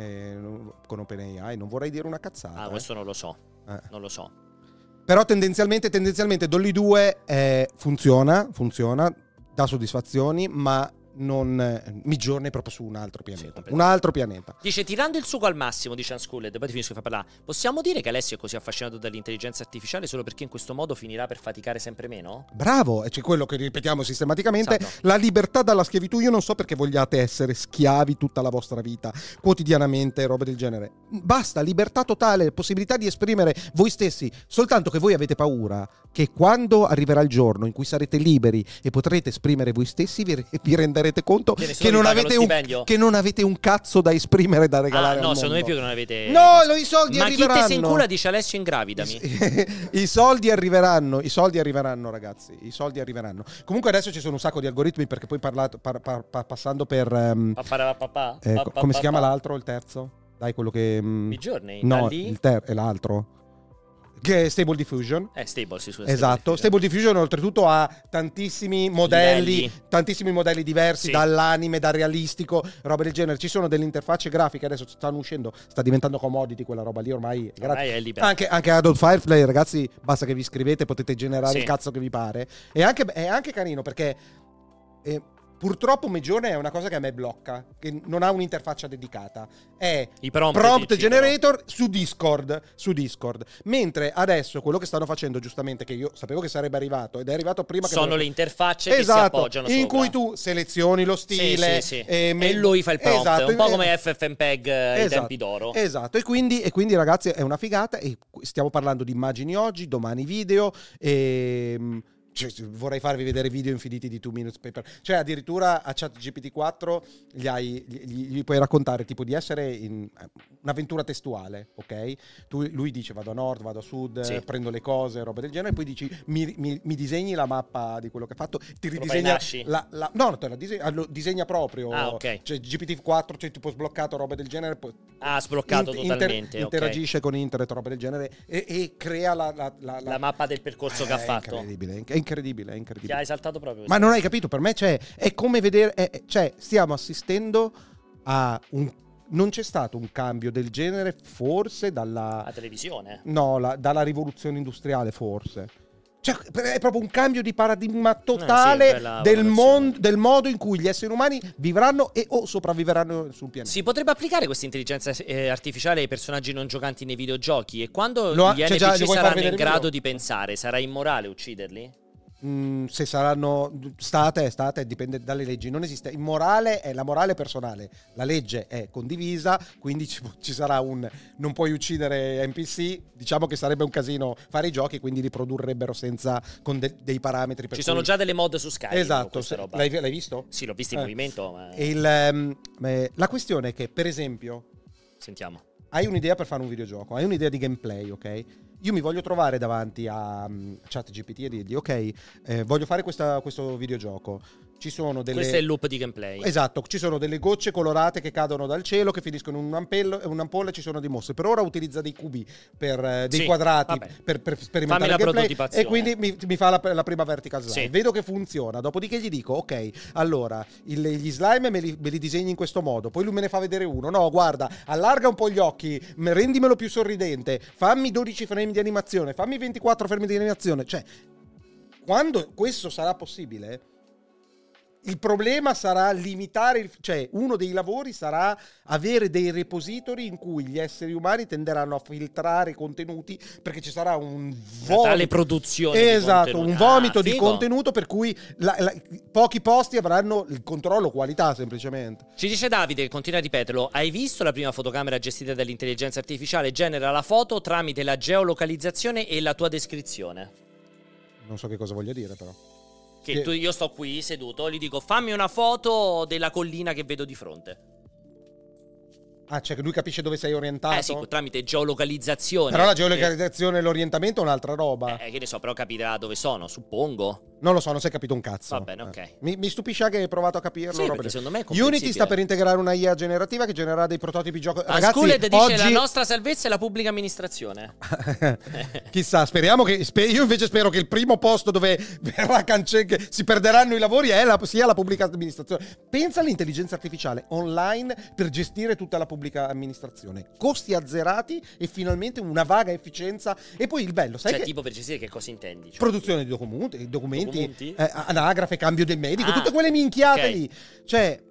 OpenAI, non vorrei dire una cazzata. Questo non lo so. Non lo so. Però tendenzialmente Dolly 2 funziona, dà soddisfazioni, ma non Midjourney proprio su un altro pianeta. Un altro pianeta. Dice, tirando il sugo al massimo, dice Unschooled, poi ti finisco di far parlare. Possiamo dire che Alessio è così affascinato dall'intelligenza artificiale solo perché in questo modo finirà per faticare sempre meno? Bravo, e c'è quello che ripetiamo sistematicamente, esatto. La libertà dalla schiavitù. Io non so perché vogliate essere schiavi tutta la vostra vita, quotidianamente, robe del genere. Basta, libertà totale, possibilità di esprimere voi stessi, soltanto che voi avete paura che quando arriverà il giorno in cui sarete liberi e potrete esprimere voi stessi, vi renderete conto che non avete un cazzo da esprimere, da regalare al mondo. Secondo me più che non avete. No, i soldi ma arriveranno. Ma chi te se incula, dice Alessio, ingravidami. I soldi arriveranno, ragazzi. I soldi arriveranno. Comunque adesso ci sono un sacco di algoritmi, perché poi passando per come si chiama l'altro, il terzo? Dai, quello che Midjourney? No, è l'altro. Che è Stable Diffusion. Stable, sì, esatto. Stable Diffusion oltretutto ha tantissimi modelli diversi, sì, dall'anime, dal realistico, roba del genere. Ci sono delle interfacce grafiche, adesso stanno uscendo, sta diventando commodity quella roba lì, ormai è libera. Anche Adult Firefly, ragazzi, basta che vi iscrivete, potete generare il cazzo che vi pare. È anche carino perché purtroppo Midjourney è una cosa che a me blocca, che non ha un'interfaccia dedicata. È i prompt generator su Discord. Mentre adesso quello che stanno facendo, giustamente, che io sapevo che sarebbe arrivato, ed è arrivato prima, sono le interfacce che si appoggiano in sopra, cui tu selezioni lo stile, e lui fa il prompt, un po' come FFmpeg ai tempi d'oro. Esatto, e quindi ragazzi è una figata, e stiamo parlando di immagini oggi, domani video, vorrei farvi vedere video infiniti di 2 minutes paper, cioè addirittura a ChatGPT 4 gli puoi raccontare tipo di essere in un'avventura testuale, ok? Lui dice vado a nord, vado a sud, prendo le cose, roba del genere, e poi dici mi disegni la mappa di quello che ha fatto, ti ridisegna no, te la disegna proprio, okay. Cioè GPT 4 c'è tipo sbloccato, roba del genere, sbloccato totalmente, interagisce con internet, roba del genere, e crea la mappa del percorso che ha fatto. È incredibile. Ti hai saltato proprio. Ma non hai capito, per me è come vedere, stiamo assistendo a non c'è stato un cambio del genere forse dalla televisione. No, dalla rivoluzione industriale forse. Cioè, è proprio un cambio di paradigma totale del modo in cui gli esseri umani vivranno o sopravviveranno sul pianeta. Si potrebbe applicare questa intelligenza artificiale ai personaggi non giocanti nei videogiochi, e quando gli NPC saranno in grado di pensare, sarà immorale ucciderli? Se saranno state, dipende dalle leggi. Non esiste immorale, è la morale personale, la legge è condivisa, quindi ci sarà non puoi uccidere NPC. Diciamo che sarebbe un casino fare i giochi, quindi li produrrebbero senza, con dei parametri per sono già delle mod su Skyrim. Esatto, l'hai visto? Sì, l'ho visto in movimento, ma... la questione è che, per esempio, sentiamo, hai un'idea per fare un videogioco, hai un'idea di gameplay, ok? Io mi voglio trovare davanti a ChatGPT e dirgli ok, voglio fare questo videogioco. Ci sono questo è il loop di gameplay. Esatto, ci sono delle gocce colorate che cadono dal cielo, che finiscono in un'ampolla, ci sono dei mostri. Per ora utilizza dei cubi, dei quadrati, per sperimentare il gameplay, e quindi mi fa la prima vertical slide. Vedo che funziona, dopodiché gli dico ok, allora gli slime me li disegni in questo modo, poi lui me ne fa vedere uno, no guarda, allarga un po' gli occhi, rendimelo più sorridente, fammi 12 frame di animazione, fammi 24 frame di animazione. Cioè, quando questo sarà possibile, il problema sarà limitare, cioè uno dei lavori sarà avere dei repository in cui gli esseri umani tenderanno a filtrare contenuti, perché ci sarà un tale produzione, esatto, un vomito di contenuto, per cui pochi posti avranno il controllo qualità, semplicemente. Ci dice Davide, continua a ripeterlo: hai visto la prima fotocamera gestita dall'intelligenza artificiale? Genera la foto tramite la geolocalizzazione e la tua descrizione. Non so che cosa voglia dire, però. Io sto qui seduto, gli dico fammi una foto della collina che vedo di fronte. Ah, cioè che lui capisce dove sei orientato? Sì, tramite geolocalizzazione. Però la geolocalizzazione e l'orientamento è un'altra roba. Che ne so, però capirà dove sono, suppongo. Non lo so, non si è capito un cazzo. Va bene, ok. Mi stupisce anche che hai provato a capirlo. Sì, perché secondo me è Unity sta per integrare una IA generativa che genererà dei prototipi gioco. Ragazzi, Schooled dice oggi la nostra salvezza è la pubblica amministrazione. Chissà, speriamo che io invece spero che il primo posto dove verrà si perderanno i lavori sia la pubblica amministrazione. Pensa all'intelligenza artificiale online per gestire tutta la pubblica amministrazione. Costi azzerati e finalmente una vaga efficienza. E poi il bello, sai, cioè, che tipo per gestire che cosa intendi? Cioè, produzione di documenti, anagrafe, cambio del medico, tutte quelle minchiate lì. Cioè,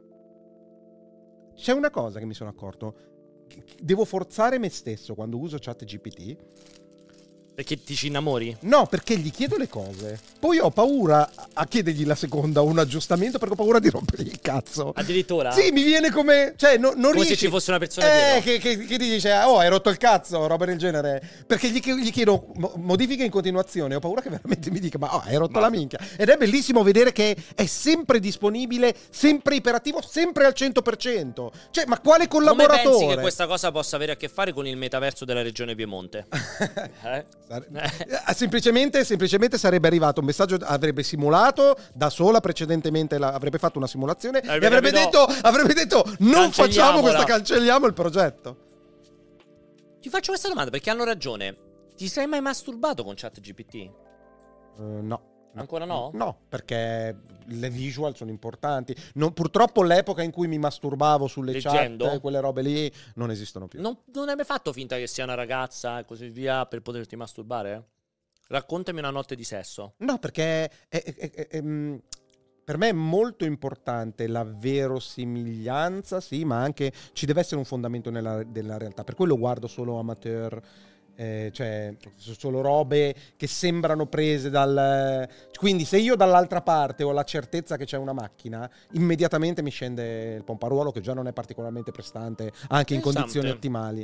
c'è una cosa che mi sono accorto: devo forzare me stesso quando uso ChatGPT. Perché ti ci innamori? No, perché gli chiedo le cose. Poi ho paura a chiedergli la seconda un aggiustamento perché ho paura di rompergli il cazzo. Addirittura? Sì, mi viene come... Cioè, non come riesci... se ci fosse una persona dietro. Che ti dice, hai rotto il cazzo, roba del genere. Perché gli chiedo modifiche in continuazione. Ho paura che veramente mi dica, hai rotto la minchia. Ed è bellissimo vedere che è sempre disponibile, sempre iperattivo, sempre al 100%. Cioè, ma quale collaboratore? Come pensi che questa cosa possa avere a che fare con il metaverso della regione Piemonte? Semplicemente sarebbe arrivato un messaggio, avrebbe simulato da sola precedentemente, avrebbe fatto una simulazione e avrebbe detto non facciamo questa, cancelliamo il progetto. Ti faccio questa domanda perché hanno ragione. Ti sei mai masturbato con ChatGPT? No. Ancora no? No, perché le visual sono importanti. Purtroppo l'epoca in cui mi masturbavo sulle chat, quelle robe lì, non esistono più. Non hai mai fatto finta che sia una ragazza e così via per poterti masturbare? Raccontami una notte di sesso. No, perché per me è molto importante la verosimiglianza, sì, ma anche ci deve essere un fondamento della realtà. Per quello guardo solo amateur. Cioè solo robe che sembrano prese quindi se io dall'altra parte ho la certezza che c'è una macchina, immediatamente mi scende il pomparuolo, che già non è particolarmente prestante anche in condizioni ottimali.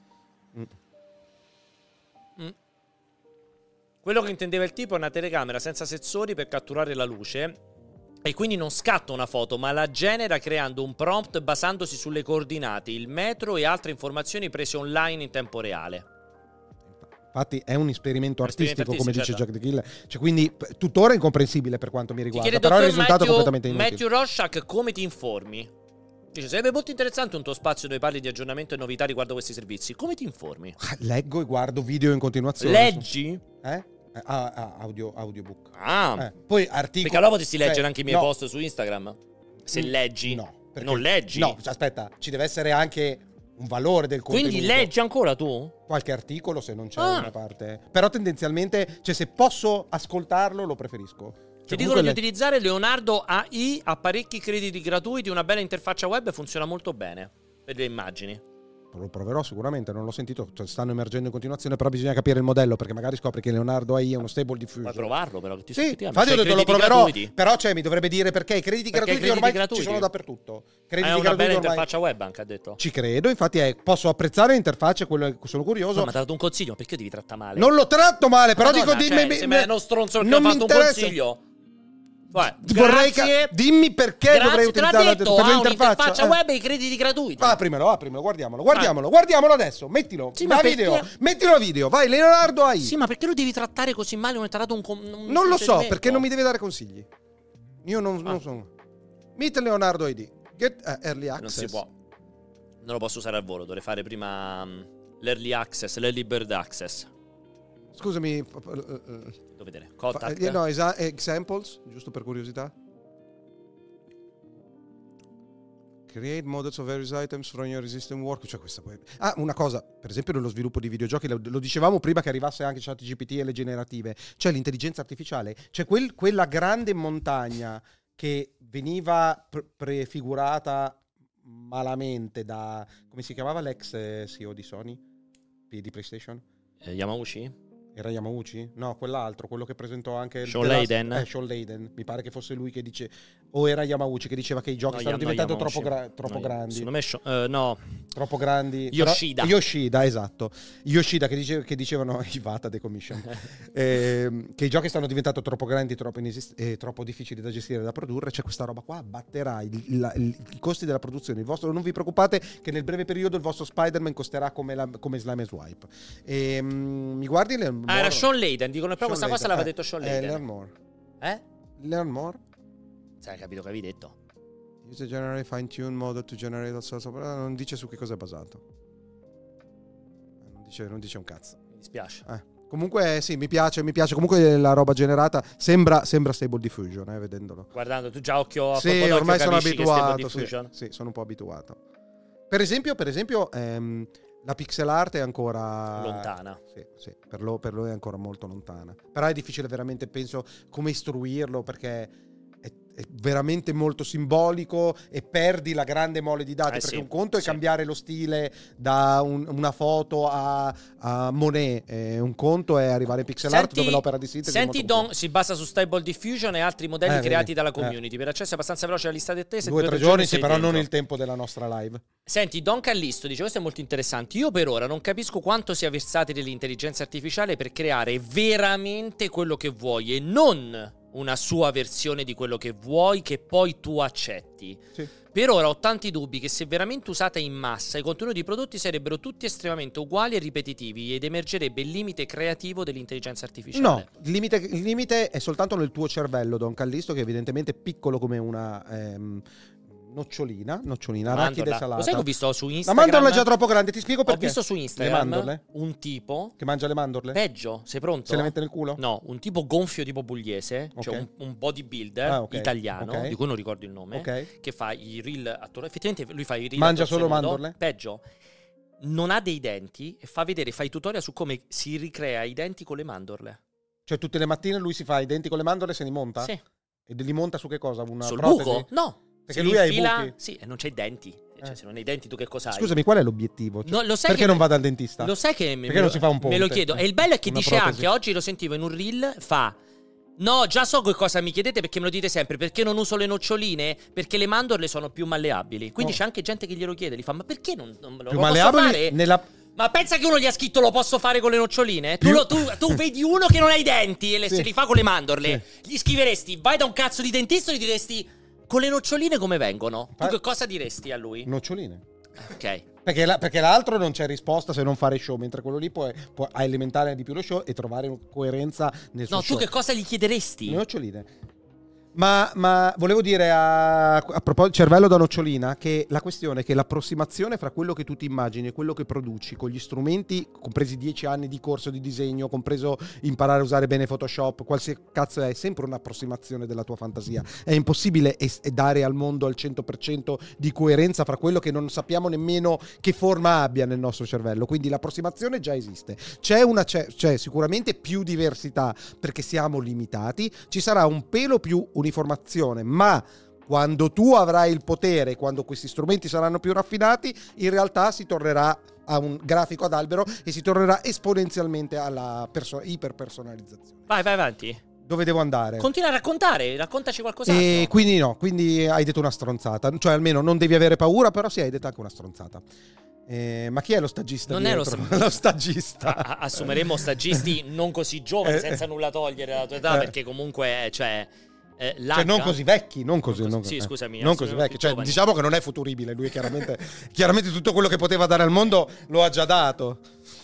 Quello che intendeva il tipo è una telecamera senza sensori per catturare la luce e quindi non scatta una foto, ma la genera creando un prompt basandosi sulle coordinate, il metro e altre informazioni prese online in tempo reale. Infatti è un esperimento artistico, come dice Jack the Killer. Cioè, quindi tuttora incomprensibile per quanto mi riguarda. Però il risultato è completamente inutile. Matthew Rorschach, come ti informi? Dice, sarebbe molto interessante un tuo spazio dove parli di aggiornamento e novità riguardo questi servizi. Come ti informi? Leggo e guardo video in continuazione. Leggi? Audiobook. Poi articoli. Perché allora potresti leggere anche i miei post su Instagram. Se leggi. No. Non leggi? No, aspetta, ci deve essere anche un valore del contenuto. Quindi leggi ancora tu? Qualche articolo se non c'è una parte. Però tendenzialmente, cioè se posso ascoltarlo lo preferisco. Ti dicono di utilizzare Leonardo AI, apparecchi crediti gratuiti, una bella interfaccia web, funziona molto bene per le immagini. Lo proverò sicuramente, non l'ho sentito, stanno emergendo in continuazione, però bisogna capire il modello, perché magari scopri che Leonardo AI è uno stable diffusion. Puoi provarlo però, che ti sì, infatti ho detto lo proverò, gratuiti. Però mi dovrebbe dire perché i crediti gratuiti ormai ci sono dappertutto. È una bella interfaccia web anche, ha detto. Ci credo, infatti posso apprezzare l'interfaccia, sono curioso. No, ma ti ha dato un consiglio, perché devi trattare male? Non lo tratto male, però dico sembra uno stronzo che non ha fatto un consiglio. Dimmi perché dovrei utilizzare per l'interfaccia web e i crediti gratuiti. Aprimelo, guardiamolo adesso, mettilo. Sì, mettilo a video, vai Leonardo AI. Sì, ma perché lo devi trattare così male? Non ti ha dato non lo so, perché non mi deve dare consigli. Io non sono. Meet Leonardo ID. Get early access. Non si può. Non lo posso usare al volo, dovrei fare prima l'early access, l'early bird access. Scusami, devo vedere. Contact. Examples, giusto per curiosità. Create models of various items from your existing work. Cioè questa poi. Una cosa, per esempio nello sviluppo di videogiochi, lo dicevamo prima che arrivasse anche ChatGPT e le generative, c'è l'intelligenza artificiale, c'è quella grande montagna che veniva prefigurata malamente da, come si chiamava l'ex CEO di Sony? Di PlayStation? Yamauchi? Era Yamauchi? No, quell'altro, quello che presentò anche Sean Layden. Sean Layden. Mi pare che fosse lui che dice, o era Yamauchi che diceva che i giochi stanno diventando troppo grandi. Secondo me no. Troppo grandi. Yoshida. Yoshida, esatto. Yoshida che dicevano Iwata Decommission. Che i giochi stanno diventando troppo grandi, troppo difficili da gestire e da produrre. C'è questa roba qua, batterà i costi della produzione. Non vi preoccupate che nel breve periodo il vostro Spider-Man costerà come Slime Swipe. Mi guardi era Sean Layden, dicono proprio questa cosa l'aveva detto Sean Layden. Learn more. Learn more? Sai, capito che avevi detto? Use a generate fine tune mode to generate all sorts of... Non dice su che cosa è basato. Non dice un cazzo. Mi dispiace. Comunque sì, mi piace. Comunque la roba generata sembra Stable Diffusion, vedendolo. Guardando, tu già occhio sì, ormai sono abituato. Sì, sono un po' abituato. Per esempio, la pixel art è ancora lontana. Sì, per lo è ancora molto lontana. Però è difficile veramente, penso, come istruirlo, perché è veramente molto simbolico e perdi la grande mole di dati, perché un conto è cambiare lo stile da una foto a Monet, un conto è arrivare in pixel art dove l'opera di sintesi senti Don si basa su Stable Diffusion e altri modelli creati dalla community per accesso abbastanza veloce alla lista di attesa. 2 o 3 giorni sì, però non il tempo della nostra live. Senti, Don Callisto dice: questo è molto interessante. Io per ora non capisco quanto sia versatile l'intelligenza artificiale per creare veramente quello che vuoi e non una sua versione di quello che vuoi che poi tu accetti. Sì. Per ora ho tanti dubbi che se veramente usata in massa i contenuti i prodotti sarebbero tutti estremamente uguali e ripetitivi ed emergerebbe il limite creativo dell'intelligenza artificiale. No, il limite è soltanto nel tuo cervello, Don Callisto, che evidentemente è piccolo come una nocciolina arachide salata. Lo sai che ho visto su Instagram? La mandorla è già troppo grande, ti spiego perché. Ho visto su Instagram un tipo che mangia le mandorle. Peggio, sei pronto? Se le mette nel culo? No, un tipo gonfio tipo pugliese, cioè un bodybuilder italiano, di cui non ricordo il nome, che fa i reel attorno. Effettivamente lui fa i reel. Mangia solo mandorle? Peggio. Non ha dei denti e fa i tutorial su come si ricrea i denti con le mandorle. Cioè tutte le mattine lui si fa i denti con le mandorle e se li monta? Sì. E li monta su che cosa? Una sul protesi? buco? No. Perché lui ha i buchi. Sì, e non c'hai i denti. Cioè, se non hai i denti, tu che cosa hai? Scusami, qual è l'obiettivo? Cioè, no, lo sai perché non va dal dentista? Lo sai che perché non si fa un ponte? Me lo chiedo. E il bello è che dice anche, oggi lo sentivo in un reel, no, già so che cosa mi chiedete perché me lo dite sempre. Perché non uso le noccioline? Perché le mandorle sono più malleabili. Quindi c'è anche gente che glielo chiede. Gli fa, ma perché non me lo più posso fare? Ma pensa che uno gli ha scritto lo posso fare con le noccioline? Tu vedi uno che non ha i denti e se li fa con le mandorle. Gli scriveresti, vai da un cazzo di dentista e gli diresti, con le noccioline come vengono? Tu che cosa diresti a lui? Noccioline. Ok. Perché l'altro non c'è risposta se non fare show, mentre quello lì può alimentare di più lo show e trovare coerenza nel suo show. No, tu che cosa gli chiederesti? Le noccioline. Ma volevo dire a proposito cervello da nocciolina che la questione è che l'approssimazione fra quello che tu ti immagini e quello che produci con gli strumenti, compresi 10 anni di corso di disegno, compreso imparare a usare bene Photoshop, qualsiasi cazzo è sempre un'approssimazione della tua fantasia. È impossibile dare al mondo al 100% di coerenza fra quello che non sappiamo nemmeno che forma abbia nel nostro cervello. Quindi l'approssimazione già esiste. C'è sicuramente più diversità perché siamo limitati, ci sarà un pelo più uniformazione, ma quando tu avrai il potere, quando questi strumenti saranno più raffinati, in realtà si tornerà a un grafico ad albero e si tornerà esponenzialmente alla iperpersonalizzazione. Vai avanti. Dove devo andare? Continua a raccontare, raccontaci qualcos'altro. E quindi hai detto una stronzata, cioè almeno non devi avere paura, però sì, hai detto anche una stronzata. Ma chi è lo stagista? Non è lo stagista. Assumeremo stagisti non così giovani, senza nulla togliere alla tua età, perché comunque cioè non così vecchi, non così scusami, non così vecchi, cioè diciamo che non è futuribile, lui chiaramente tutto quello che poteva dare al mondo lo ha già dato.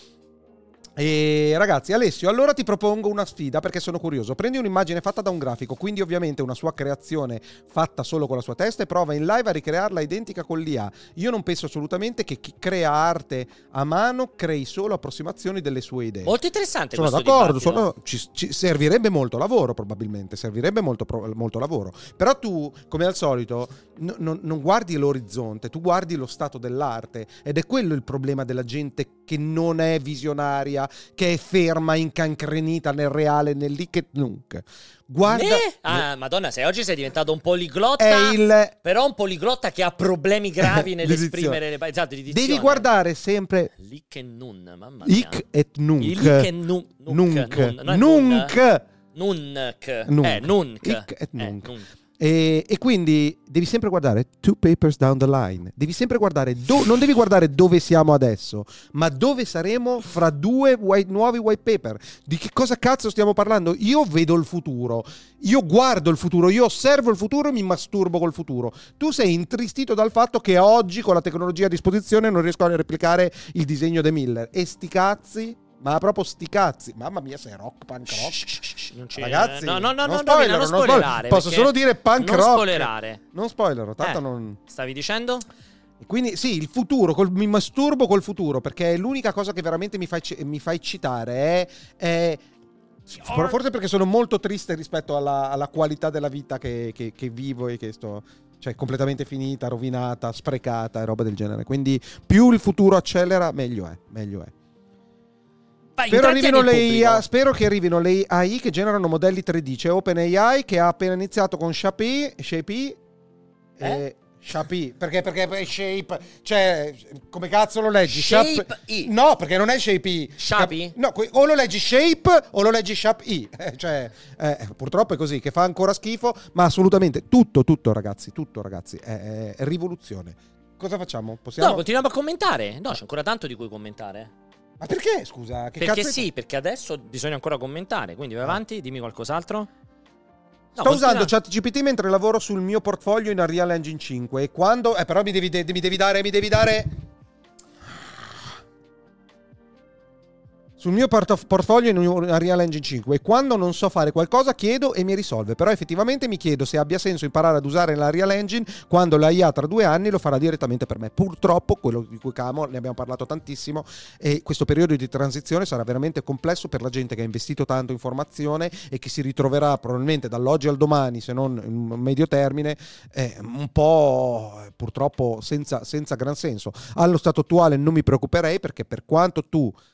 E ragazzi, Alessio, allora ti propongo una sfida perché sono curioso. Prendi un'immagine fatta da un grafico, quindi ovviamente una sua creazione fatta solo con la sua testa, e prova in live a ricrearla identica con l'IA. Io non penso assolutamente che chi crea arte a mano crei solo approssimazioni delle sue idee. Molto interessante. Sono d'accordo, ci servirebbe molto lavoro, probabilmente servirebbe molto lavoro. Però tu, come al solito, non guardi l'orizzonte, tu guardi lo stato dell'arte, ed è quello il problema della gente che non è visionaria tecnologia che è ferma, incancrenita nel reale, nel lì che nunca. Guarda, Madonna, oggi sei diventato un poliglotta, però un poliglotta che ha problemi gravi nell'esprimere le esatto, di dizione. Devi guardare sempre Lic e nun, mamma mia. Ic et nunc. Lic e nunc. Nunc. Nunc. Ic et nunc. E quindi devi sempre guardare two papers down the line. Devi sempre guardare, non devi guardare dove siamo adesso, ma dove saremo fra due nuovi white paper. Di che cosa cazzo stiamo parlando? Io vedo il futuro, io guardo il futuro, io osservo il futuro e mi masturbo col futuro. Tu sei intristito dal fatto che oggi con la tecnologia a disposizione non riesco a replicare il disegno di Miller. E sti cazzi... Ma proprio sti cazzi. Mamma mia, sei rock, punk rock. Non c'è... Ragazzi, non spoilerare. Posso solo dire punk rock. Non spoilerare. Non spoilerò, tanto non... Stavi dicendo? Quindi sì, il futuro, mi masturbo col futuro, perché è l'unica cosa che veramente mi fa eccitare. Forse perché sono molto triste rispetto alla qualità della vita che vivo e che sto... Cioè completamente finita, rovinata, sprecata e roba del genere. Quindi più il futuro accelera, meglio è. Spero che arrivino le AI che generano modelli 3D. C'è OpenAI che ha appena iniziato con Shapee. Shapee, perché Shape, cioè come cazzo lo leggi? Shape-E. No, perché non è Shape-E. Shapee? No, o lo leggi Shape o lo leggi Shap-E. Purtroppo è così, che fa ancora schifo, ma assolutamente tutto ragazzi, è rivoluzione. Cosa facciamo? Possiamo? No, continuiamo a commentare. No, c'è ancora tanto di cui commentare. Ma perché, scusa? Perché adesso bisogna ancora commentare. Quindi vai avanti, dimmi qualcos'altro. Sto usando ChatGPT mentre lavoro sul mio portfolio in Unreal Engine 5. E quando... però mi devi dare... Sul mio portfolio in Unreal Engine 5. E quando non so fare qualcosa chiedo e mi risolve. Però effettivamente mi chiedo se abbia senso imparare ad usare l'Unreal Engine quando la IA tra 2 anni lo farà direttamente per me. Purtroppo, quello di cui ne abbiamo parlato tantissimo, e questo periodo di transizione sarà veramente complesso per la gente che ha investito tanto in formazione e che si ritroverà probabilmente dall'oggi al domani, se non in medio termine, un po' purtroppo senza gran senso. Allo stato attuale non mi preoccuperei, perché per quanto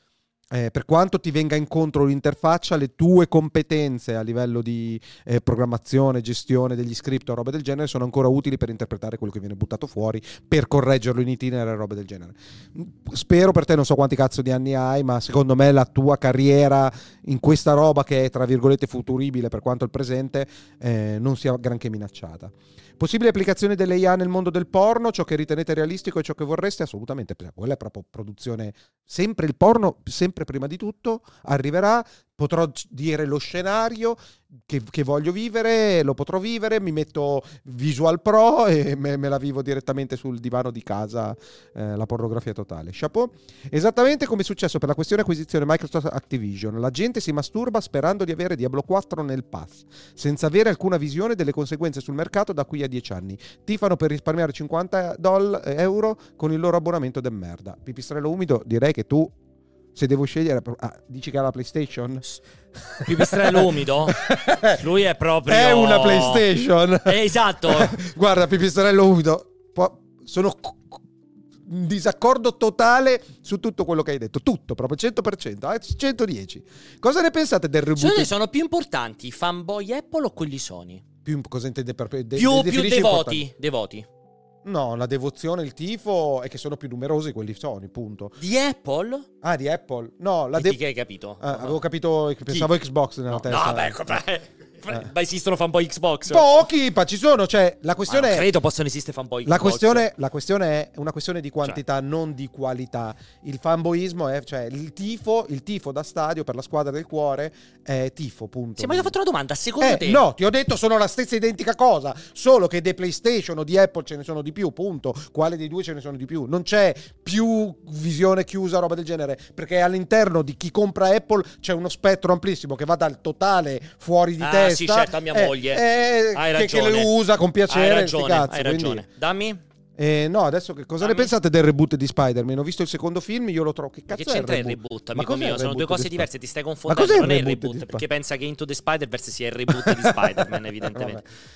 ti venga incontro l'interfaccia, le tue competenze a livello di programmazione, gestione degli script o robe del genere sono ancora utili per interpretare quello che viene buttato fuori, per correggerlo in itinere e robe del genere. Spero per te, non so quanti cazzo di anni hai, ma secondo me la tua carriera in questa roba che è tra virgolette futuribile per quanto il presente non sia granché minacciata. Possibili applicazioni delle IA nel mondo del porno, ciò che ritenete realistico e ciò che vorreste? Assolutamente, quella è proprio produzione. Sempre il porno, sempre prima di tutto, arriverà. Potrò dire lo scenario che voglio vivere, lo potrò vivere, mi metto Visual Pro e me la vivo direttamente sul divano di casa, la pornografia totale. Chapeau. Esattamente come è successo per la questione acquisizione Microsoft Activision. La gente si masturba sperando di avere Diablo 4 nel pass, senza avere alcuna visione delle conseguenze sul mercato da qui a 10 anni. Tifano per risparmiare €50 con il loro abbonamento de merda. Pipistrello umido, direi che tu, se devo scegliere, dici che ha la PlayStation? Pipistrello umido? Lui è proprio... È una PlayStation. Esatto. Guarda, Pipistrello umido, sono in disaccordo totale su tutto quello che hai detto. Tutto, proprio 100%, 110. Cosa ne pensate del reboot? Secondo te sono più importanti i fanboy Apple o quelli Sony? Cosa intende per... più devoti. No, la devozione, il tifo è che sono più numerosi quelli Sony, punto. Di Apple? Ah, di Apple? No, che hai capito? Avevo capito, pensavo Xbox nella testa. Ma esistono fanboy Xbox? Pochi, ma ci sono, cioè la questione non credo possano esistere fanboy Xbox. La questione è una questione di quantità, non di qualità. Il fanboyismo è, cioè il tifo da stadio per la squadra del cuore è tifo, punto. Sì, ma io ho fatto una domanda, secondo te? No, ti ho detto sono la stessa identica cosa, solo che dei PlayStation o di Apple ce ne sono di più, punto. Quale dei due ce ne sono di più? Non c'è più visione chiusa, roba del genere, perché all'interno di chi compra Apple c'è uno spettro amplissimo che va dal totale fuori di testa. Sì, certo, a mia moglie. Hai ragione. Che le usa con piacere. Hai ragione. Quindi... Dammi. No, adesso che cosa ne pensate del reboot di Spider-Man? Ho visto il secondo film, io lo trovo. Che cazzo c'entra è il reboot, amico mio? Sono due cose diverse, ti stai confondendo. Ma cos'è non è il reboot, perché pensa che Into the Spider-Verse sia il reboot di Spider-Man, evidentemente.